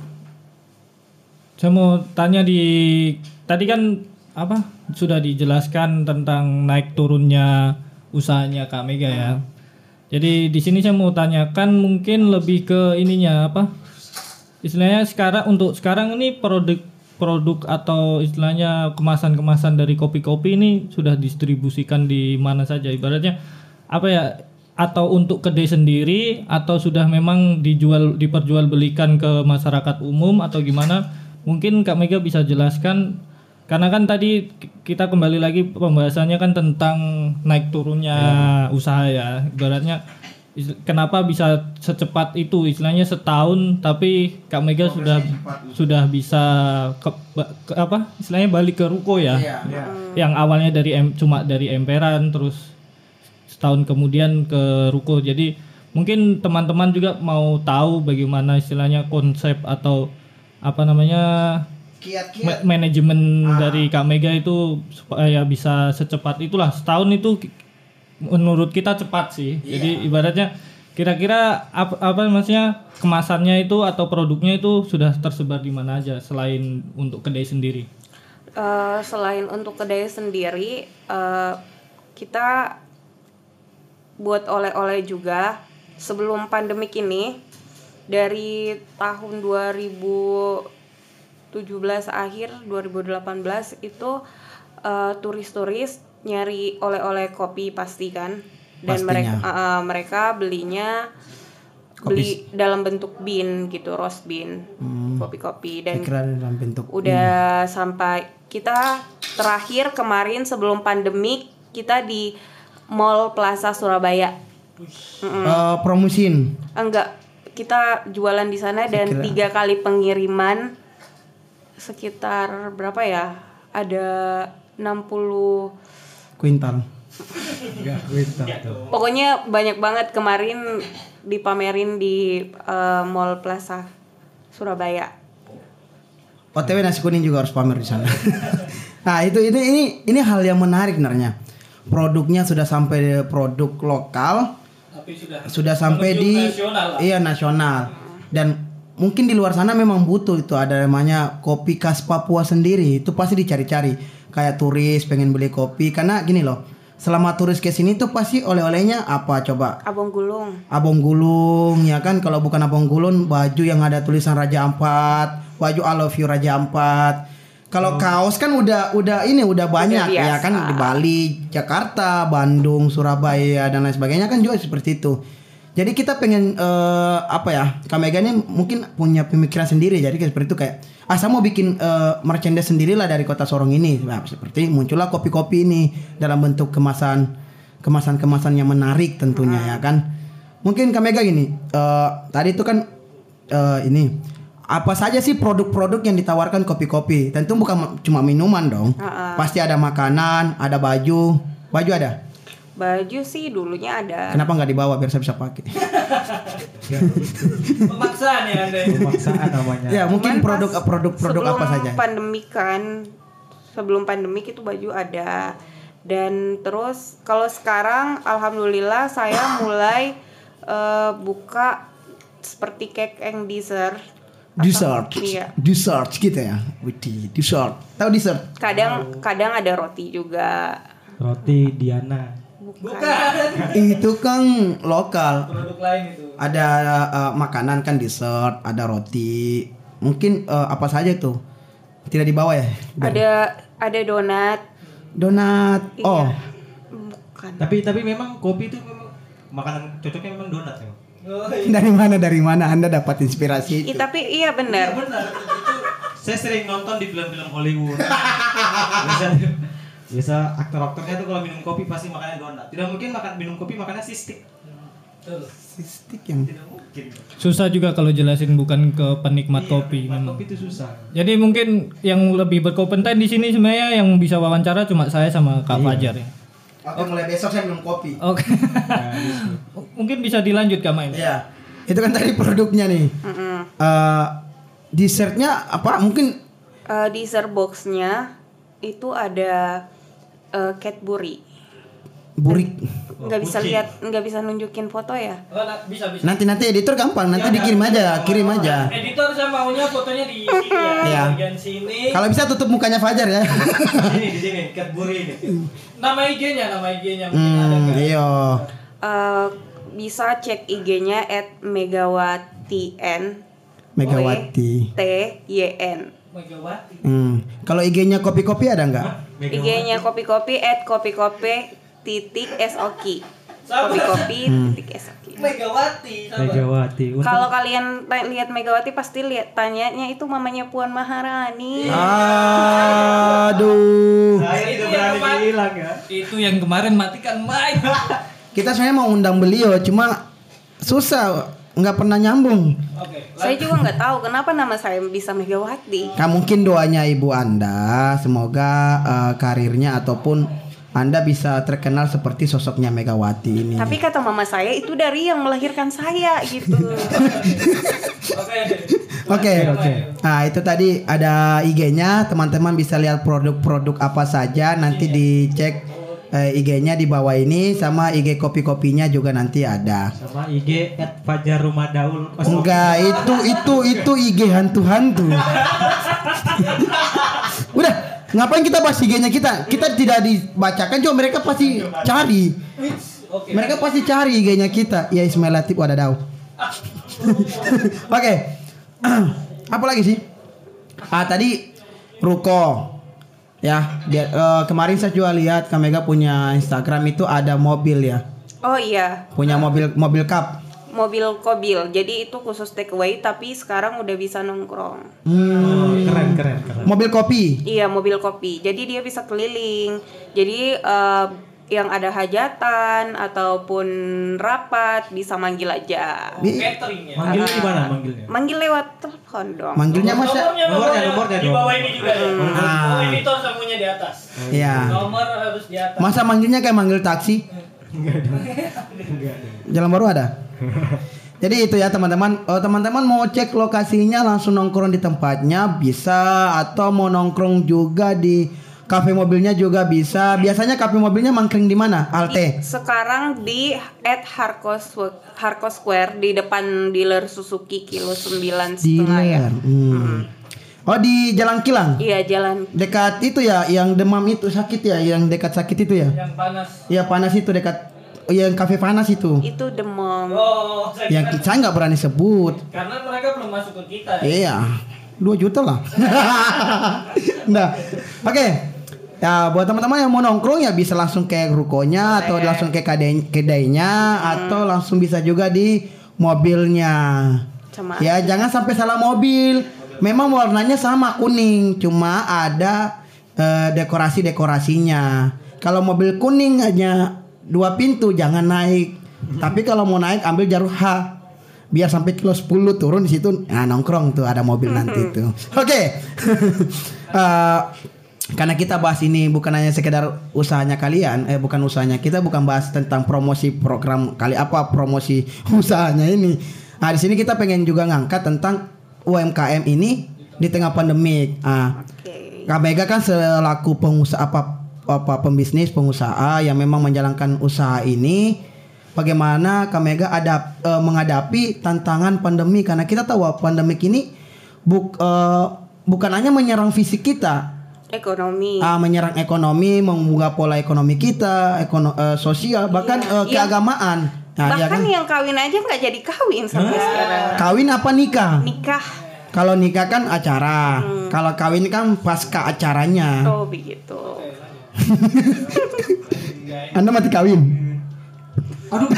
Saya mau tanya di tadi kan apa sudah dijelaskan tentang naik turunnya usahanya Kak Mega ya. Jadi di sini saya mau tanyakan mungkin lebih ke ininya apa? Istilahnya sekarang untuk sekarang ini produk produk atau istilahnya kemasan-kemasan dari kopi-kopi ini sudah distribusikan di mana saja ibaratnya apa ya? Atau untuk kedai sendiri atau sudah memang dijual diperjualbelikan ke masyarakat umum atau gimana? Mungkin Kak Mega bisa jelaskan karena kan tadi kita kembali lagi pembahasannya kan tentang naik turunnya ya. Usaha ya. Ibaratnya kenapa bisa secepat itu istilahnya setahun tapi Kak Mega Progres sudah sudah bisa ke, ke apa? Istilahnya balik ke ruko ya. Ya, ya. Yang awalnya dari em, cuma dari emperan terus setahun kemudian ke ruko. Jadi mungkin teman-teman juga mau tahu bagaimana istilahnya konsep atau apa namanya kiat-kiat ma- manajemen ah. dari Kak Mega itu supaya bisa secepat itulah. Setahun itu menurut kita cepat sih. Yeah. Jadi ibaratnya kira-kira apa, apa maksudnya kemasannya itu atau produknya itu sudah tersebar di mana aja selain untuk kedai sendiri? Uh, selain untuk kedai sendiri uh, kita buat oleh-oleh juga. Sebelum pandemik ini dari tahun dua ribu tujuh belas akhir dua ribu delapan belas itu uh, turis-turis nyari oleh-oleh kopi pasti kan, dan Pastinya. mereka uh, uh, mereka belinya Kopi. beli dalam bentuk bin gitu, roast bin, Hmm. kopi-kopi, dan Saya kira dalam bentuk udah sampai kita terakhir kemarin sebelum pandemi kita di Mall Plaza Surabaya. Mm-mm. Eh, promosiin. Enggak, kita jualan di sana dan Sekira- tiga kali pengiriman sekitar berapa ya? Ada enam puluh. Kuintal. Pokoknya banyak banget kemarin dipamerin di eh, Mall Plaza Surabaya. O T W nasi kuning juga harus pamer di sana. Nah, itu ini ini ini hal yang menarik sebenarnya. Produknya sudah sampai produk lokal, Tapi sudah sudah sampai menuju di nasional lah. iya nasional. Dan mungkin di luar sana memang butuh itu, ada namanya kopi khas Papua sendiri. Itu pasti dicari-cari. Kayak turis pengen beli kopi, karena gini loh. Selama turis ke sini tuh pasti oleh-olehnya apa coba? Abong Gulung. Abong gulung ya kan, kalau bukan abong gulung baju yang ada tulisan Raja Ampat, baju I love you Raja Ampat. Kalau kaos kan udah udah ini udah banyak biasa. ya kan, di Bali, Jakarta, Bandung, Surabaya dan lain sebagainya kan juga seperti itu. Jadi kita pengen eh, apa ya? Kamega ini mungkin punya pemikiran sendiri, jadi kayak seperti itu kayak ah saya mau bikin eh, merchandise sendirilah dari Kota Sorong ini. Nah, seperti muncullah kopi-kopi ini dalam bentuk kemasan kemasan-kemasan yang menarik tentunya ya kan. Mungkin Kamega gini, eh, tadi itu kan eh, ini apa saja sih produk-produk yang ditawarkan kopi-kopi? Tentu bukan cuma minuman dong. Uh-uh. Pasti ada makanan, ada baju. Baju ada. Baju sih dulunya ada. Kenapa nggak dibawa biar saya bisa pakai? Pemaksaan ya Anda. Pemaksaan namanya. Ya mungkin Cuman produk pas produk produk sebelum apa saja? Pandemi kan, sebelum pandemi itu baju ada, dan terus kalau sekarang alhamdulillah saya mulai eh, buka seperti cake and dessert. Atau- Dessert, Iya. dessert gitu ya. Widih, dessert. Tahu dessert? Kadang kadang ada roti juga. Roti Diana. Bukan. Itu kan lokal. Produk lain itu. Ada uh, makanan kan dessert, ada roti. Mungkin uh, apa saja itu? Tidak dibawa ya? Ada ada donat. Donat. Iya. Oh, Bukan. Tapi tapi memang kopi itu memang makanan cocoknya memang donat ya. dari mana dari mana Anda dapat inspirasi I, itu? tapi iya benar. Benar. Itu saya sering nonton di film-film Hollywood. biasa, biasa aktor-aktornya tuh kalau minum kopi pasti makannya donat. Tidak mungkin makan minum kopi makannya sistik. Sistik yang Tidak mungkin. Susah juga kalau jelasin bukan ke penikmat kopi. Minum memang. kopi itu susah. Jadi mungkin yang lebih berkompeten di sini sebenarnya yang bisa wawancara cuma saya sama Kak Fajar ya. Oke, mulai besok saya minum kopi. Oke. Mungkin bisa dilanjut Kak Main. Iya. Itu kan tadi produknya nih. Mm-mm. Eh, dessertnya apa? Mungkin Eh, dessert boxnya itu ada eh, Cadbury. burik. Nggak bisa kucing. lihat, nggak bisa nunjukin foto ya. Oh, nah, bisa bisa. Nanti nanti editor gampang, nanti dikirim aja, kirim aja. Editor saya maunya fotonya di sini ya. Iya. Bagian sini. Kalau bisa tutup mukanya Fajar ya. Di sini di sini Cadbury ini. Nama I G-nya, nama I G-nya mungkin ada Hmm, nggak? iya. Eh, bisa cek I G-nya at Megawati N Megawati. T Y N. Megawati. Hmm. Kalau I G-nya kopi-kopi ada nggak? I G-nya kopi-kopi at kopi-kopi titik soki. Sabar. Kopi-kopi Hmm. titik soki. Megawati. sabar. Megawati. Untuk Kalau kalian ta- lihat Megawati pasti lihat tanyanya itu mamanya Puan Maharani. Aduh. saya Itu tidak yang berani kemarin- bilang ya. Itu yang kemarin matikan mic. Kita sebenarnya mau undang beliau, cuma susah, nggak pernah nyambung. Oke. Saya juga nggak tahu kenapa nama saya bisa Megawati. Nah, mungkin doanya ibu Anda, semoga eh, karirnya ataupun Anda bisa terkenal seperti sosoknya Megawati ini. Tapi kata mama saya itu dari yang melahirkan saya gitu. Oke. Oke, Oke. Nah itu tadi ada I G-nya, teman-teman bisa lihat produk-produk apa saja. Nanti dicek eh, I G-nya di bawah ini, sama I G kopi-kopinya juga nanti ada. Sama I G at Fajar Rumadaul. Enggak, itu itu itu I G hantu-hantu. Udah, ngapain kita bahas I G-nya kita? Kita tidak dibacakan, cuma mereka pasti cari. Oke. Mereka pasti cari I G-nya kita. Ya Ismail Latif Wadadau. Oke. Apa lagi sih? Ah tadi ruko. Ya, dia, uh, kemarin saya juga lihat Kamega punya Instagram itu ada mobil ya. Oh iya. Punya mobil mobil cup. Mobil kobil. Jadi itu khusus take away tapi sekarang udah bisa nongkrong. Hmm. Keren keren keren. Mobil kopi. Iya, mobil kopi. Jadi dia bisa keliling. Jadi uh, yang ada hajatan ataupun rapat bisa manggil aja. Di- Manggilnya di mana manggilnya? Manggil lewat telepon dong. Manggilnya Mas ya? Nomornya nomornya di dong. bawah ini juga ya. Ah. Oh, editor semuanya di atas. Iya. Nomor harus di atas. Masa manggilnya kayak manggil taksi? Jalan Baru ada. Jadi itu ya teman-teman. Oh, teman-teman mau cek lokasinya langsung nongkrong di tempatnya bisa, atau mau nongkrong juga di kafe mobilnya juga bisa. Biasanya kafe mobilnya mangkring di mana? Alte. Sekarang di at Harko Squ- Harko Square di depan dealer Suzuki kilo sembilan setengah ya. Dealer. Hmm. Oh di Jalan Kilang. Iya jalan. Dekat itu ya, yang demam itu sakit ya, yang dekat sakit itu ya. Yang panas. Iya panas itu dekat, oh, yang kafe panas itu. Itu demam. Oh, saya Yang saya nggak berani sebut. karena mereka belum masuk ke kita. Iya, dua juta lah. Nah, oke. Ya buat teman-teman yang mau nongkrong ya bisa langsung ke rukonya atau langsung ke kedai- kedainya atau langsung bisa juga di mobilnya. Sama. Ya jangan sampai salah mobil. Memang warnanya sama kuning, cuma ada eh, dekorasi-dekorasinya. Kalau mobil kuning hanya dua pintu jangan naik. Tapi kalau mau naik ambil jalur H. Biar sampai kilo sepuluh turun di situ. Nah, nongkrong tuh ada mobil nanti tuh. Oke. Eh, karena kita bahas ini bukan hanya sekedar usahanya kalian, eh bukan usahanya, kita bukan bahas tentang promosi program kali apa promosi usahanya ini. Nah, di sini kita pengen juga ngangkat tentang U M K M ini di tengah pandemik. Ah, Oke. Kamega kan selaku pengusaha apa apa pembisnis pengusaha yang memang menjalankan usaha ini, bagaimana Kamega ada eh, menghadapi tantangan pandemi, karena kita tahu bahwa pandemik ini buk, eh, bukan hanya menyerang fisik kita, Ekonomi. ah, menyerang ekonomi, mengubah pola ekonomi kita, ekono, eh, sosial, bahkan Iya. eh, Iya. keagamaan. Nah, ya Bahkan kan? yang kawin aja nggak jadi kawin sampai sekarang. Kawin apa nikah? Nikah. Kalau nikah kan acara, kalau kawin kan pasca acaranya. Oh begitu. Anda mati kawin. Aduh.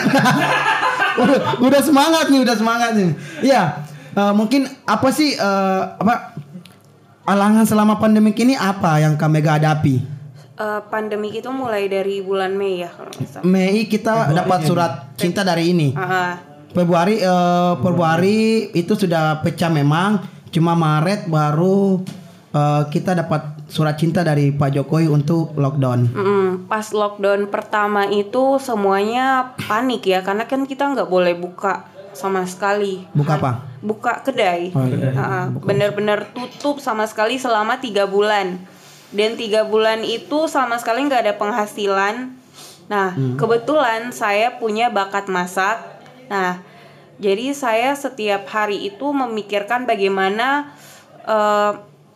udah, udah semangat nih, udah semangat nih. Iya, eh, mungkin apa sih eh, apa alangan selama pandemik ini apa yang Kamega hadapi? Eh, pandemik itu mulai dari bulan Mei ya kalau nggak salah. Mei kita dapat surat cinta dari ini. Ah, Februari eh, Februari itu sudah pecah memang, cuma Maret baru eh, kita dapat surat cinta dari Pak Jokowi untuk lockdown. mm, pas lockdown pertama itu semuanya panik ya karena kan kita nggak boleh buka sama sekali. Buka apa? Buka kedai. Oh, iya. Ah, benar-benar tutup sama sekali selama tiga bulan. Dan tiga bulan itu sama sekali nggak ada penghasilan. Nah, Hmm. kebetulan saya punya bakat masak. Nah, jadi saya setiap hari itu memikirkan bagaimana eh,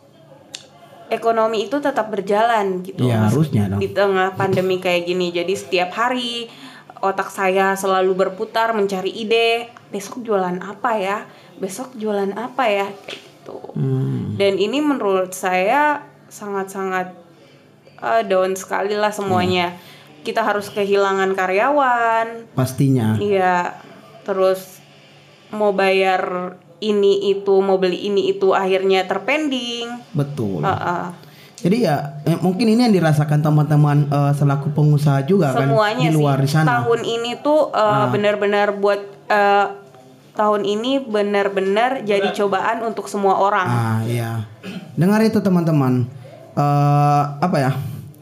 ekonomi itu tetap berjalan gitu. Iya, harusnya dong. Di tengah pandemi kayak gini. Jadi setiap hari otak saya selalu berputar mencari ide. Besok jualan apa ya? Besok jualan apa ya? Kayak gitu. Hmm. Dan ini menurut saya sangat-sangat uh, down sekali lah semuanya. Kita harus kehilangan karyawan. Pastinya. Iya. Terus mau bayar ini itu, mau beli ini itu akhirnya terpending. Betul. Uh-uh. Jadi ya eh, mungkin ini yang dirasakan teman-teman eh, selaku pengusaha juga Semuanya kan di luar sih. di sana. Tahun ini tuh uh, Ah. benar-benar buat uh, tahun ini benar-benar jadi cobaan untuk semua orang. Ah iya. Dengar itu teman-teman. Eh apa ya?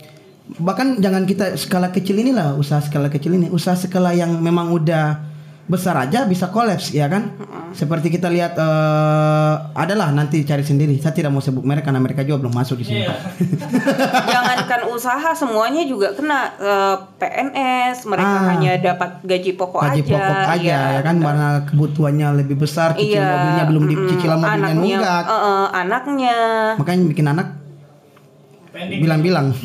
Bahkan jangan kita skala kecil inilah, usaha skala kecil ini, usaha skala yang memang udah besar aja bisa kolaps ya kan? Seperti kita lihat eh adalah nanti cari sendiri. Saya tidak mau sebut merek karena mereka juga belum masuk di sini. Jangankan usaha, semuanya juga kena. uh, P N S mereka Ah. hanya dapat gaji pokok Gaji aja. pokok aja iya. ya kan, karena kebutuhannya lebih besar, cicil Iya, mobilnya belum mm-mm. dicicil mobilnya Anaknya, nunggak. uh, uh, anaknya. Makanya bikin anak bilang-bilang.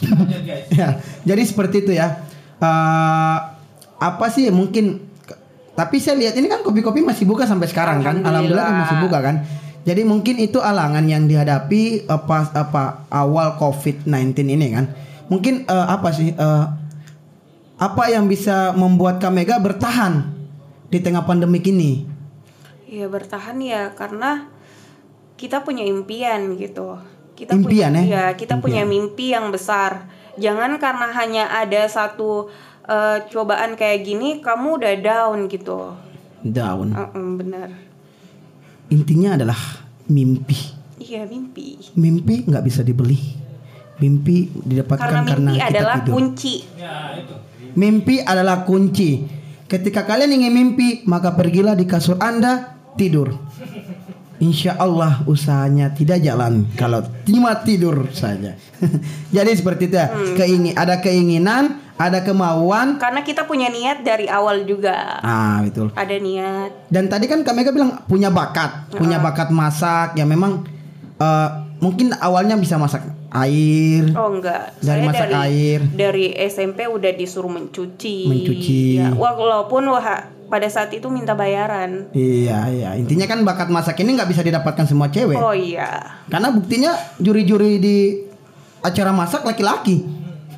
Ya, jadi seperti itu ya. Eh, apa sih mungkin Tapi saya lihat ini kan kopi-kopi masih buka sampai sekarang kan. Alhamdulillah kan masih buka kan. Jadi mungkin itu alangan yang dihadapi uh, pas apa awal covid sembilan belas ini kan. Mungkin uh, apa sih uh, apa yang bisa membuat Kak Mega bertahan di tengah pandemik ini? Ya bertahan ya karena kita punya impian gitu. Kita impian punya, ya? Ya, kita impian. punya mimpi yang besar. Jangan karena hanya ada satu uh, cobaan kayak gini kamu udah down gitu. Down. Uh-uh, benar. Intinya adalah mimpi. Iya, mimpi. Mimpi nggak bisa dibeli. Mimpi didapatkan Karena karena, mimpi kita adalah tidur. kunci. Mimpi adalah kunci. Ketika kalian ingin mimpi, maka pergilah di kasur Anda tidur. Insya Allah usahanya tidak jalan kalau cuma tidur saja. Jadi seperti itu ya. Hmm. Keingin, ada keinginan, ada kemauan. Karena kita punya niat dari awal juga. Ah betul. Ada niat. Dan tadi kan Kak Mega bilang punya bakat, uh. punya bakat masak. Ya memang uh, mungkin awalnya bisa masak air. Oh enggak. Dari Saya masak dari, air. Dari S M P udah disuruh mencuci. Mencuci. Ya, walaupun wah pada saat itu minta bayaran. Iya iya. Intinya kan bakat masak ini nggak bisa didapatkan semua cewek. Oh iya. Karena buktinya juri-juri di acara masak laki-laki.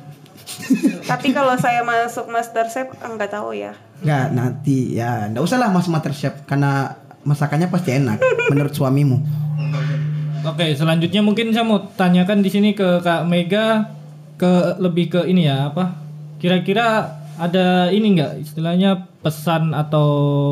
Tapi kalau saya masuk MasterChef enggak tahu ya. Nggak nanti ya. Nggak usah lah mas MasterChef karena masakannya pasti enak menurut suamimu. Oke, selanjutnya mungkin saya mau tanyakan di sini ke Kak Mega ke lebih ke ini ya apa? Kira-kira ada ini enggak istilahnya pesan atau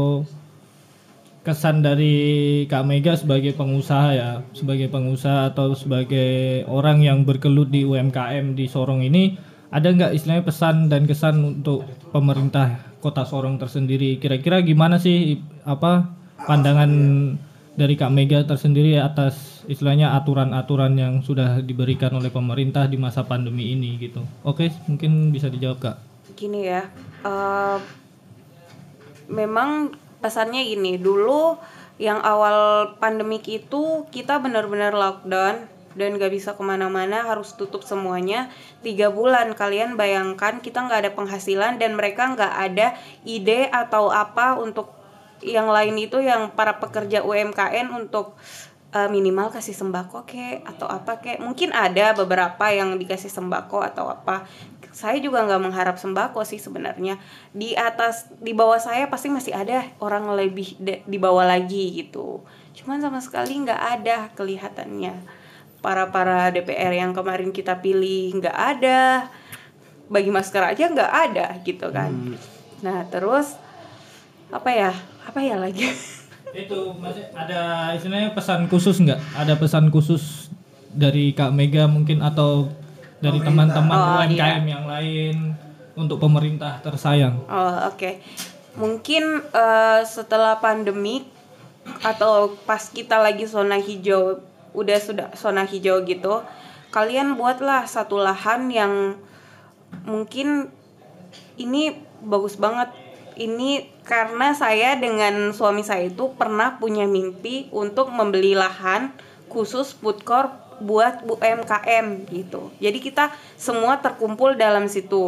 kesan dari Kak Mega sebagai pengusaha ya, sebagai pengusaha atau sebagai orang yang bergelut di U M K M di Sorong ini, ada enggak istilahnya pesan dan kesan untuk pemerintah Kota Sorong tersendiri? Kira-kira gimana sih apa pandangan dari Kak Mega tersendiri atas istilahnya aturan-aturan yang sudah diberikan oleh pemerintah di masa pandemi ini gitu? Oke, mungkin bisa dijawab Kak. Gini ya, uh, memang pesannya gini, dulu yang awal pandemik itu kita benar-benar lockdown dan gak bisa kemana-mana, harus tutup semuanya tiga bulan. Kalian bayangkan kita gak ada penghasilan dan mereka gak ada ide atau apa untuk yang lain itu yang para pekerja U M K M untuk uh, minimal kasih sembako kek atau apa kek. Mungkin ada beberapa yang dikasih sembako atau apa. Saya juga nggak mengharap sembako sih sebenarnya. Di atas, di bawah saya pasti masih ada orang lebih de, di bawah lagi gitu. Cuman sama sekali nggak ada kelihatannya. Para-para D P R yang kemarin kita pilih nggak ada. Bagi masker aja nggak ada gitu kan. Hmm. Nah terus apa ya? Apa ya lagi? Itu masih ada istilahnya pesan khusus nggak? Ada pesan khusus dari Kak Mega mungkin atau dari teman-teman oh, U M K M iya. yang lain untuk pemerintah tersayang? Oh oke, okay. Mungkin uh, setelah pandemi atau pas kita lagi zona hijau, udah sudah zona hijau gitu, kalian buatlah satu lahan yang mungkin ini bagus banget. Ini karena saya dengan suami saya itu pernah punya mimpi untuk membeli lahan khusus food court buat U M K M gitu. Jadi kita semua terkumpul dalam situ.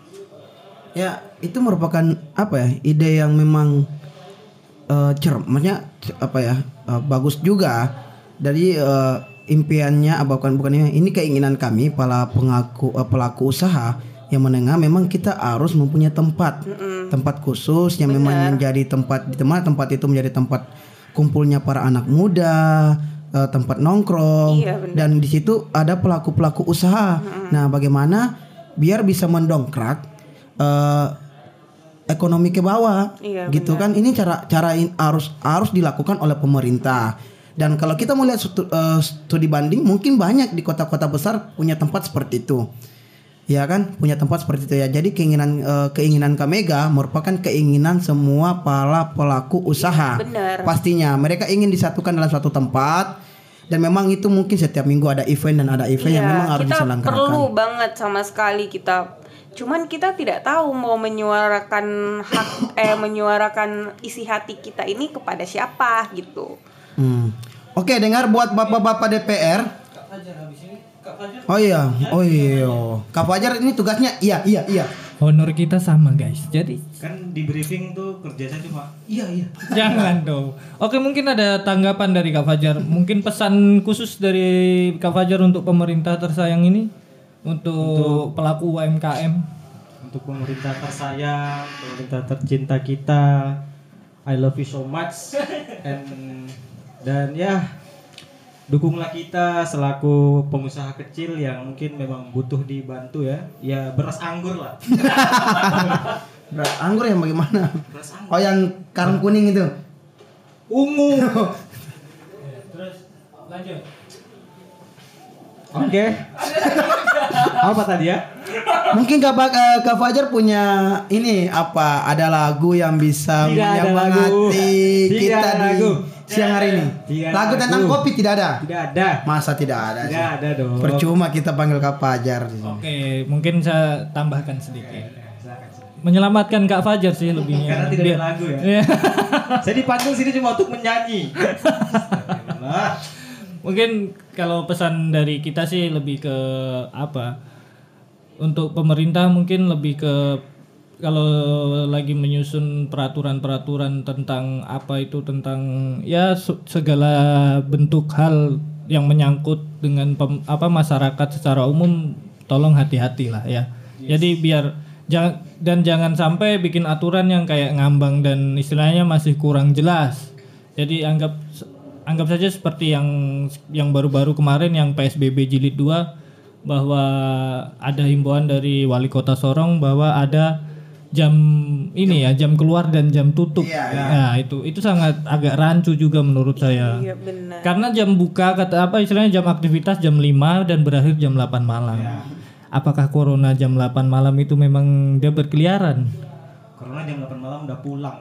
Ya, itu merupakan apa ya? Ide yang memang uh, cer, maksudnya apa ya? Uh, bagus juga. Dari uh, impiannya bukan bukannya ini keinginan kami para pengaku uh, pelaku usaha yang menengah, memang kita harus mempunyai tempat. Mm-mm. Tempat khusus yang Bener. memang menjadi tempat di tempat tempat itu menjadi tempat kumpulnya para anak muda, tempat nongkrong, iya, dan di situ ada pelaku-pelaku usaha. Hmm. Nah, bagaimana biar bisa mendongkrak uh, ekonomi ke bawah, iya, gitu benar. Kan? Ini cara cara in, harus harus dilakukan oleh pemerintah. Dan kalau kita mau lihat studi, uh, studi banding, mungkin banyak di kota-kota besar punya tempat seperti itu. Ya kan, punya tempat seperti itu ya. Jadi keinginan uh, keinginan Kak Mega merupakan keinginan semua para pelaku usaha. Benar. Pastinya mereka ingin disatukan dalam suatu tempat. Dan memang itu mungkin setiap minggu ada event dan ada event ya, yang memang harus diselenggarakan. Kita perlu banget sama sekali kita. Cuman kita tidak tahu mau menyuarakan hak eh menyuarakan isi hati kita ini kepada siapa gitu. Hmm. Oke, dengar buat bapak-bapak D P R. Oh iya, oh iya. Kak Fajar ini tugasnya iya iya iya. honor kita sama guys. Jadi Kan di briefing tuh kerjanya cuma Iya iya. jangan dong. Oke, mungkin ada tanggapan dari Kak Fajar. Mungkin pesan khusus dari Kak Fajar untuk pemerintah tersayang ini, untuk, pelaku U M K M. untuk pemerintah tersayang, pemerintah tercinta kita. I love you so much. And dan ya dukunglah kita selaku pengusaha kecil yang mungkin memang butuh dibantu ya. Ya beras anggur lah. Beras anggur yang bagaimana? Beras anggur. Oh yang karung kuning itu. Ungu. Terus lanjut. Oke. Apa tadi ya? Mungkin Kak, Ba- eh, Kak Fajar punya ini apa? Ada lagu yang bisa Tidak ada menyemangati lagu. Tidak kita ada di lagu. siang hari ini. Tidak ada Lagu tentang lagu. kopi tidak ada. Tidak ada. Masa tidak ada? Tidak sih? ada dong. Percuma kita panggil Kak Fajar di sini. Oke, mungkin saya tambahkan sedikit. Menyelamatkan Kak Fajar sih lebihnya. Karena tidak ada Biar- lagu ya. Iya. Saya dipanggil sini cuma untuk menyanyi. Nah, Mungkin kalau pesan dari kita sih lebih ke apa? Untuk pemerintah mungkin lebih ke kalau lagi menyusun peraturan-peraturan tentang apa itu tentang ya su- segala bentuk hal yang menyangkut dengan pem- apa masyarakat secara umum, tolong hati-hati lah ya. Jadi biar jangan dan jangan sampai bikin aturan yang kayak ngambang dan istilahnya masih kurang jelas. Jadi anggap anggap saja seperti yang yang baru-baru kemarin yang P S B B jilid dua, bahwa ada himbauan dari wali kota Sorong bahwa ada jam ini ya, jam keluar dan jam tutup. Iya, Nah, itu itu sangat agak rancu juga menurut saya. Iya benar. Karena jam buka kata apa istilahnya jam aktivitas jam lima dan berakhir jam delapan malam. Apakah corona jam delapan malam itu memang dia berkeliaran? Corona jam delapan malam udah pulang.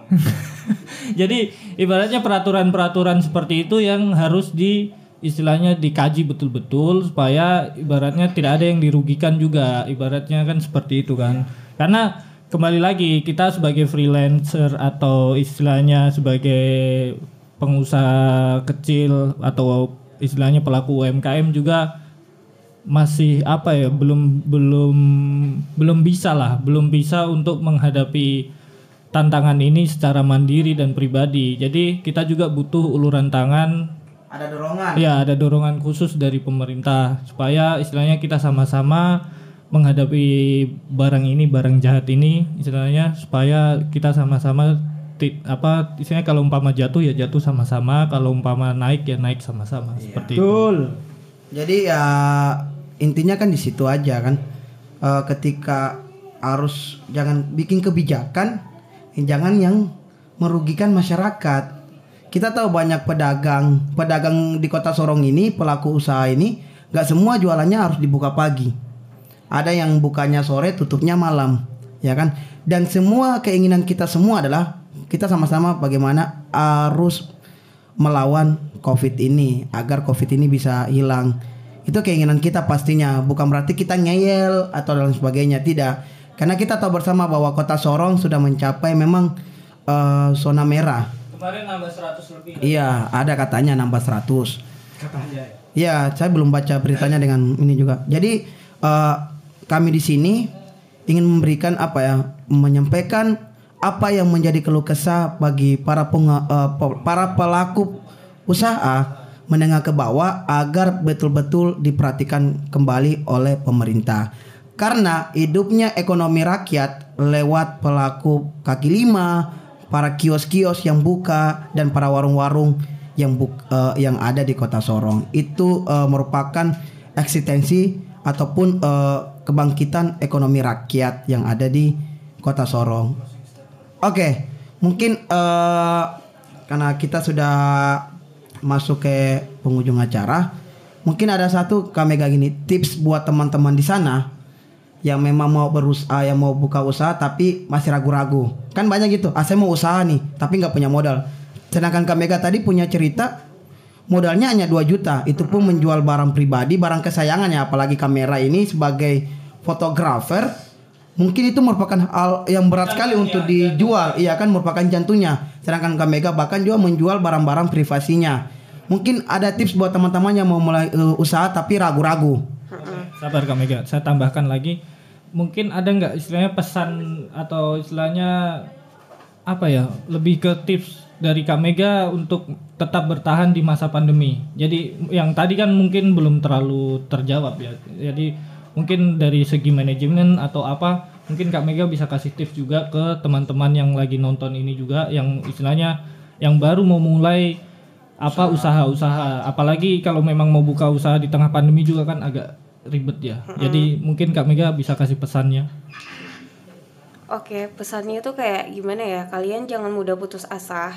Jadi ibaratnya peraturan-peraturan seperti itu yang harus di istilahnya dikaji betul-betul supaya ibaratnya tidak ada yang dirugikan juga, ibaratnya kan seperti itu kan. Karena kembali lagi kita sebagai freelancer atau istilahnya sebagai pengusaha kecil atau istilahnya pelaku U M K M juga masih apa ya, belum belum belum bisa lah, belum bisa untuk menghadapi tantangan ini secara mandiri dan pribadi. Jadi kita juga butuh uluran tangan. Ada dorongan. Ya, ada dorongan khusus dari pemerintah supaya istilahnya kita sama-sama menghadapi barang ini, barang jahat ini, istilahnya supaya kita sama-sama ti- apa istilahnya kalau umpama jatuh ya jatuh sama-sama, kalau umpama naik ya naik sama-sama seperti itu. Betul. Jadi ya intinya kan di situ aja kan. Eh, ketika harus jangan bikin kebijakan jangan yang merugikan masyarakat. Kita tahu banyak pedagang, pedagang di Kota Sorong ini, pelaku usaha ini, nggak semua jualannya harus dibuka pagi. Ada yang bukanya sore, tutupnya malam, ya kan? Dan semua keinginan kita semua adalah kita sama-sama bagaimana harus melawan COVID ini agar COVID ini bisa hilang. Itu keinginan kita pastinya, bukan berarti kita ngeyel atau dan sebagainya, tidak. Karena kita tahu bersama bahwa Kota Sorong sudah mencapai memang uh, zona merah. Kemarin nambah seratus lebih. Iya, ada katanya nambah seratus. Katanya. Ya, saya belum baca beritanya dengan ini juga. Jadi uh, kami di sini ingin memberikan apa ya, menyampaikan apa yang menjadi keluh kesah bagi para penga, uh, pe- para pelaku usaha menengah ke bawah agar betul-betul diperhatikan kembali oleh pemerintah. Karena hidupnya ekonomi rakyat lewat pelaku kaki lima, para kios-kios yang buka dan para warung-warung yang buk, uh, yang ada di Kota Sorong. Itu uh, merupakan eksistensi ataupun uh, kebangkitan ekonomi rakyat yang ada di Kota Sorong. Oke, mungkin uh, karena kita sudah masuk ke penghujung acara, mungkin ada satu kami gak gini tips buat teman-teman di sana yang memang mau berusaha, yang mau buka usaha tapi masih ragu-ragu. Kan banyak gitu, ah, saya mau usaha nih tapi nggak punya modal. Sedangkan Kak Mega tadi punya cerita modalnya hanya dua juta, itu pun menjual barang pribadi, barang kesayangannya, apalagi kamera ini sebagai fotografer. Mungkin itu merupakan hal yang berat sekali untuk dijual, iya kan, merupakan jantungnya. Sedangkan Kak Mega bahkan juga menjual barang-barang privasinya. Mungkin ada tips buat teman-teman yang mau mulai uh, usaha tapi ragu-ragu. Sabar Kak Mega, saya tambahkan lagi. mungkin ada nggak istilahnya pesan atau istilahnya apa ya, lebih ke tips dari Kak Mega untuk tetap bertahan di masa pandemi. Jadi yang tadi kan mungkin belum terlalu terjawab ya. Jadi mungkin dari segi manajemen atau apa, mungkin Kak Mega bisa kasih tips juga ke teman-teman yang lagi nonton ini juga, yang istilahnya yang baru mau mulai apa usaha-usaha. Apalagi kalau memang mau buka usaha di tengah pandemi juga kan agak ribet ya. Jadi mungkin Kak Mega bisa kasih pesannya. Oke, pesannya itu kayak gimana ya? Kalian jangan mudah putus asa.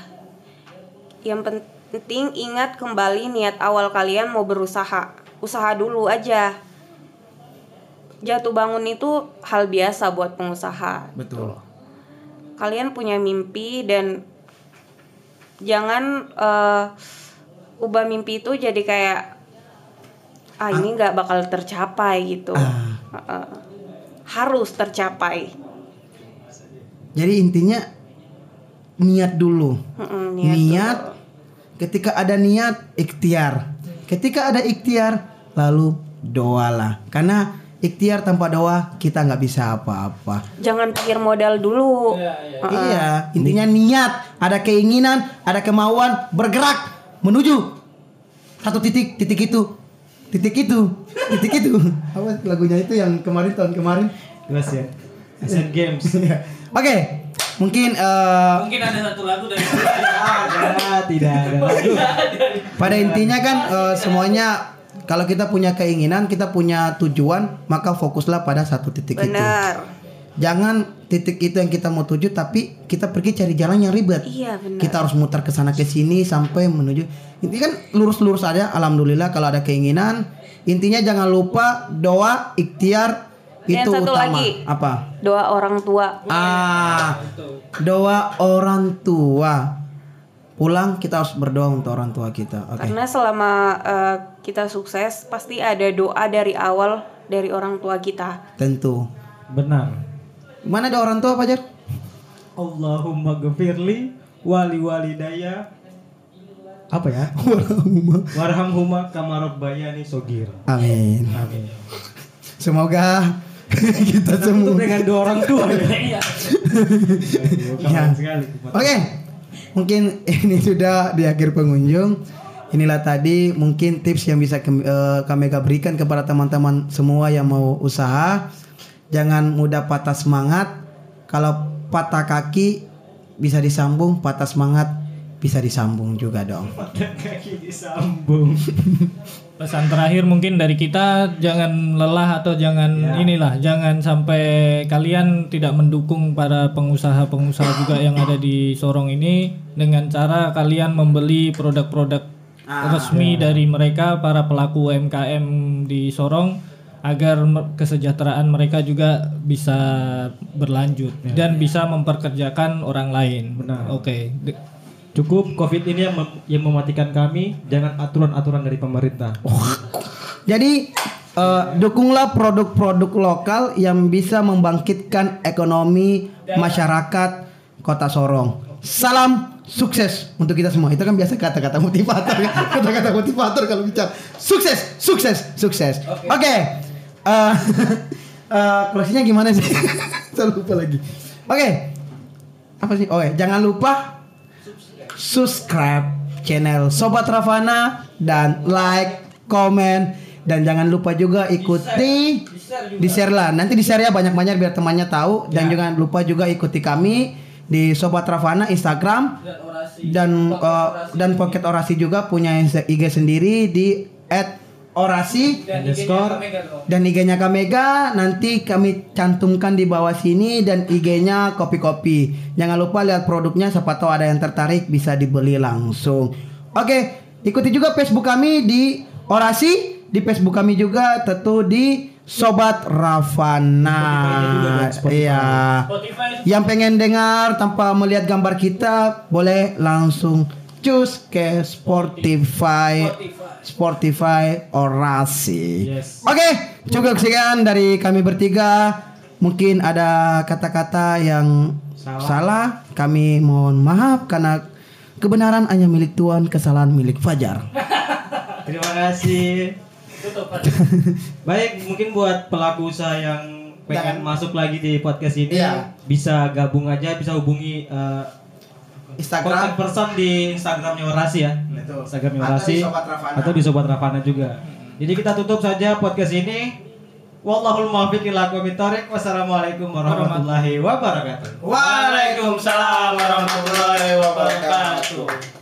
Yang penting ingat kembali niat awal kalian mau berusaha. Usaha dulu aja. Jatuh bangun itu hal biasa buat pengusaha. Betul. Kalian punya mimpi dan jangan uh, ubah mimpi itu jadi kayak ah ini nggak bakal tercapai gitu. Ah. Uh, uh, harus tercapai. Jadi intinya niat dulu. Mm-mm, Niat. niat Ketika ada niat, ikhtiar. Ketika ada ikhtiar, lalu doalah. Karena ikhtiar tanpa doa kita nggak bisa apa-apa. Jangan pikir modal dulu. Uh-uh. Iya, intinya niat, ada keinginan, ada kemauan, bergerak menuju satu titik, titik itu, titik itu, titik itu. Apa lagunya itu yang kemarin tahun kemarin? Jelas ya. Asian Games. Oke, mungkin uh, Mungkin ada satu lagu dari Ada, tidak ada lagi. pada intinya kan uh, semuanya kalau kita punya keinginan, kita punya tujuan, maka fokuslah pada satu titik itu. Benar. Jangan titik itu yang kita mau tuju, tapi kita pergi cari jalan yang ribet. Iya benar. Kita harus muter ke sana ke sini sampai menuju. Intinya kan lurus-lurus aja. Alhamdulillah kalau ada keinginan. Intinya jangan lupa doa, ikhtiar Dan itu satu utama. lagi. Apa? Doa orang tua. Ah, doa orang tua. Pulang kita harus berdoa untuk orang tua kita. Oke. Karena selama uh, kita sukses pasti ada doa dari awal dari orang tua kita. Tentu. Benar. Mana ada orang tua Pak Jar? Allahumma ghafirli wali walidaya apa ya? Warhamhuma kama rabbayani shogir. Amin. Amin. Semoga kita semua Tutup dengan dua orang tua ya. Ya. Oke, mungkin ini sudah di akhir pengunjung. Inilah tadi mungkin tips yang bisa ke, uh, kami berikan kepada teman-teman semua yang mau usaha. Jangan mudah patah semangat. Kalau patah kaki bisa disambung, patah semangat bisa disambung juga dong. Patah kaki disambung. Pesan terakhir mungkin dari kita, jangan lelah atau jangan Ya. inilah, jangan sampai kalian tidak mendukung para pengusaha-pengusaha juga yang ada di Sorong ini dengan cara kalian membeli produk-produk resmi dari mereka, para pelaku U M K M di Sorong, agar me- kesejahteraan mereka juga bisa berlanjut dan bisa memperkerjakan orang lain. Benar. Oke. De- Cukup Covid ini yang mem- yang mematikan kami, jangan aturan-aturan dari pemerintah. Jadi uh, dukunglah produk-produk lokal yang bisa membangkitkan ekonomi masyarakat Kota Sorong. Salam sukses untuk kita semua. Itu kan biasa kata-kata motivator, kata-kata motivator kalau bicara sukses, sukses, sukses. Oke. Okay. Uh, uh, closingnya gimana sih? Saya lupa lagi. Oke. Okay. Apa sih? Oke, okay. Jangan lupa subscribe channel Sobat Ravana dan like, komen, dan jangan lupa juga ikuti di share lah. Nanti di share ya banyak-banyak biar temannya tahu, dan jangan lupa juga ikuti kami di Sobat Ravana Instagram dan uh, dan Pocket Orasi juga punya I G sendiri di et orasi dan I G-nya Kak Mega nanti kami cantumkan di bawah sini, dan I G-nya kopi-kopi. Jangan lupa lihat produknya, siapa tahu ada yang tertarik bisa dibeli langsung. Oke, ikuti juga Facebook kami di Orasi, di Facebook kami juga tentu di Sobat Ravana. Iya. Yang pengen dengar tanpa melihat gambar kita boleh langsung cus ke Spotify. Spotify Orasi. Yes. Oke, cukup sekian dari kami bertiga. Mungkin ada kata-kata yang salah. salah. Kami mohon maaf karena kebenaran hanya milik Tuhan, kesalahan milik Fajar. Terima kasih. Baik, mungkin buat pelaku usaha yang pengen Jangan- masuk lagi di podcast ini, Iya. bisa gabung aja, bisa hubungi eh, Instagram. kontak person di Instagramnya Orasi ya. Betul. Instagramnya Atau Orasi di Sobat Ravana. atau di Sobat Ravana juga. Jadi kita tutup saja podcast ini. Wallahul muwaffiq ila aqwamit thoriq. Wassalamualaikum warahmatullahi wabarakatuh. Waalaikumsalam warahmatullahi wabarakatuh.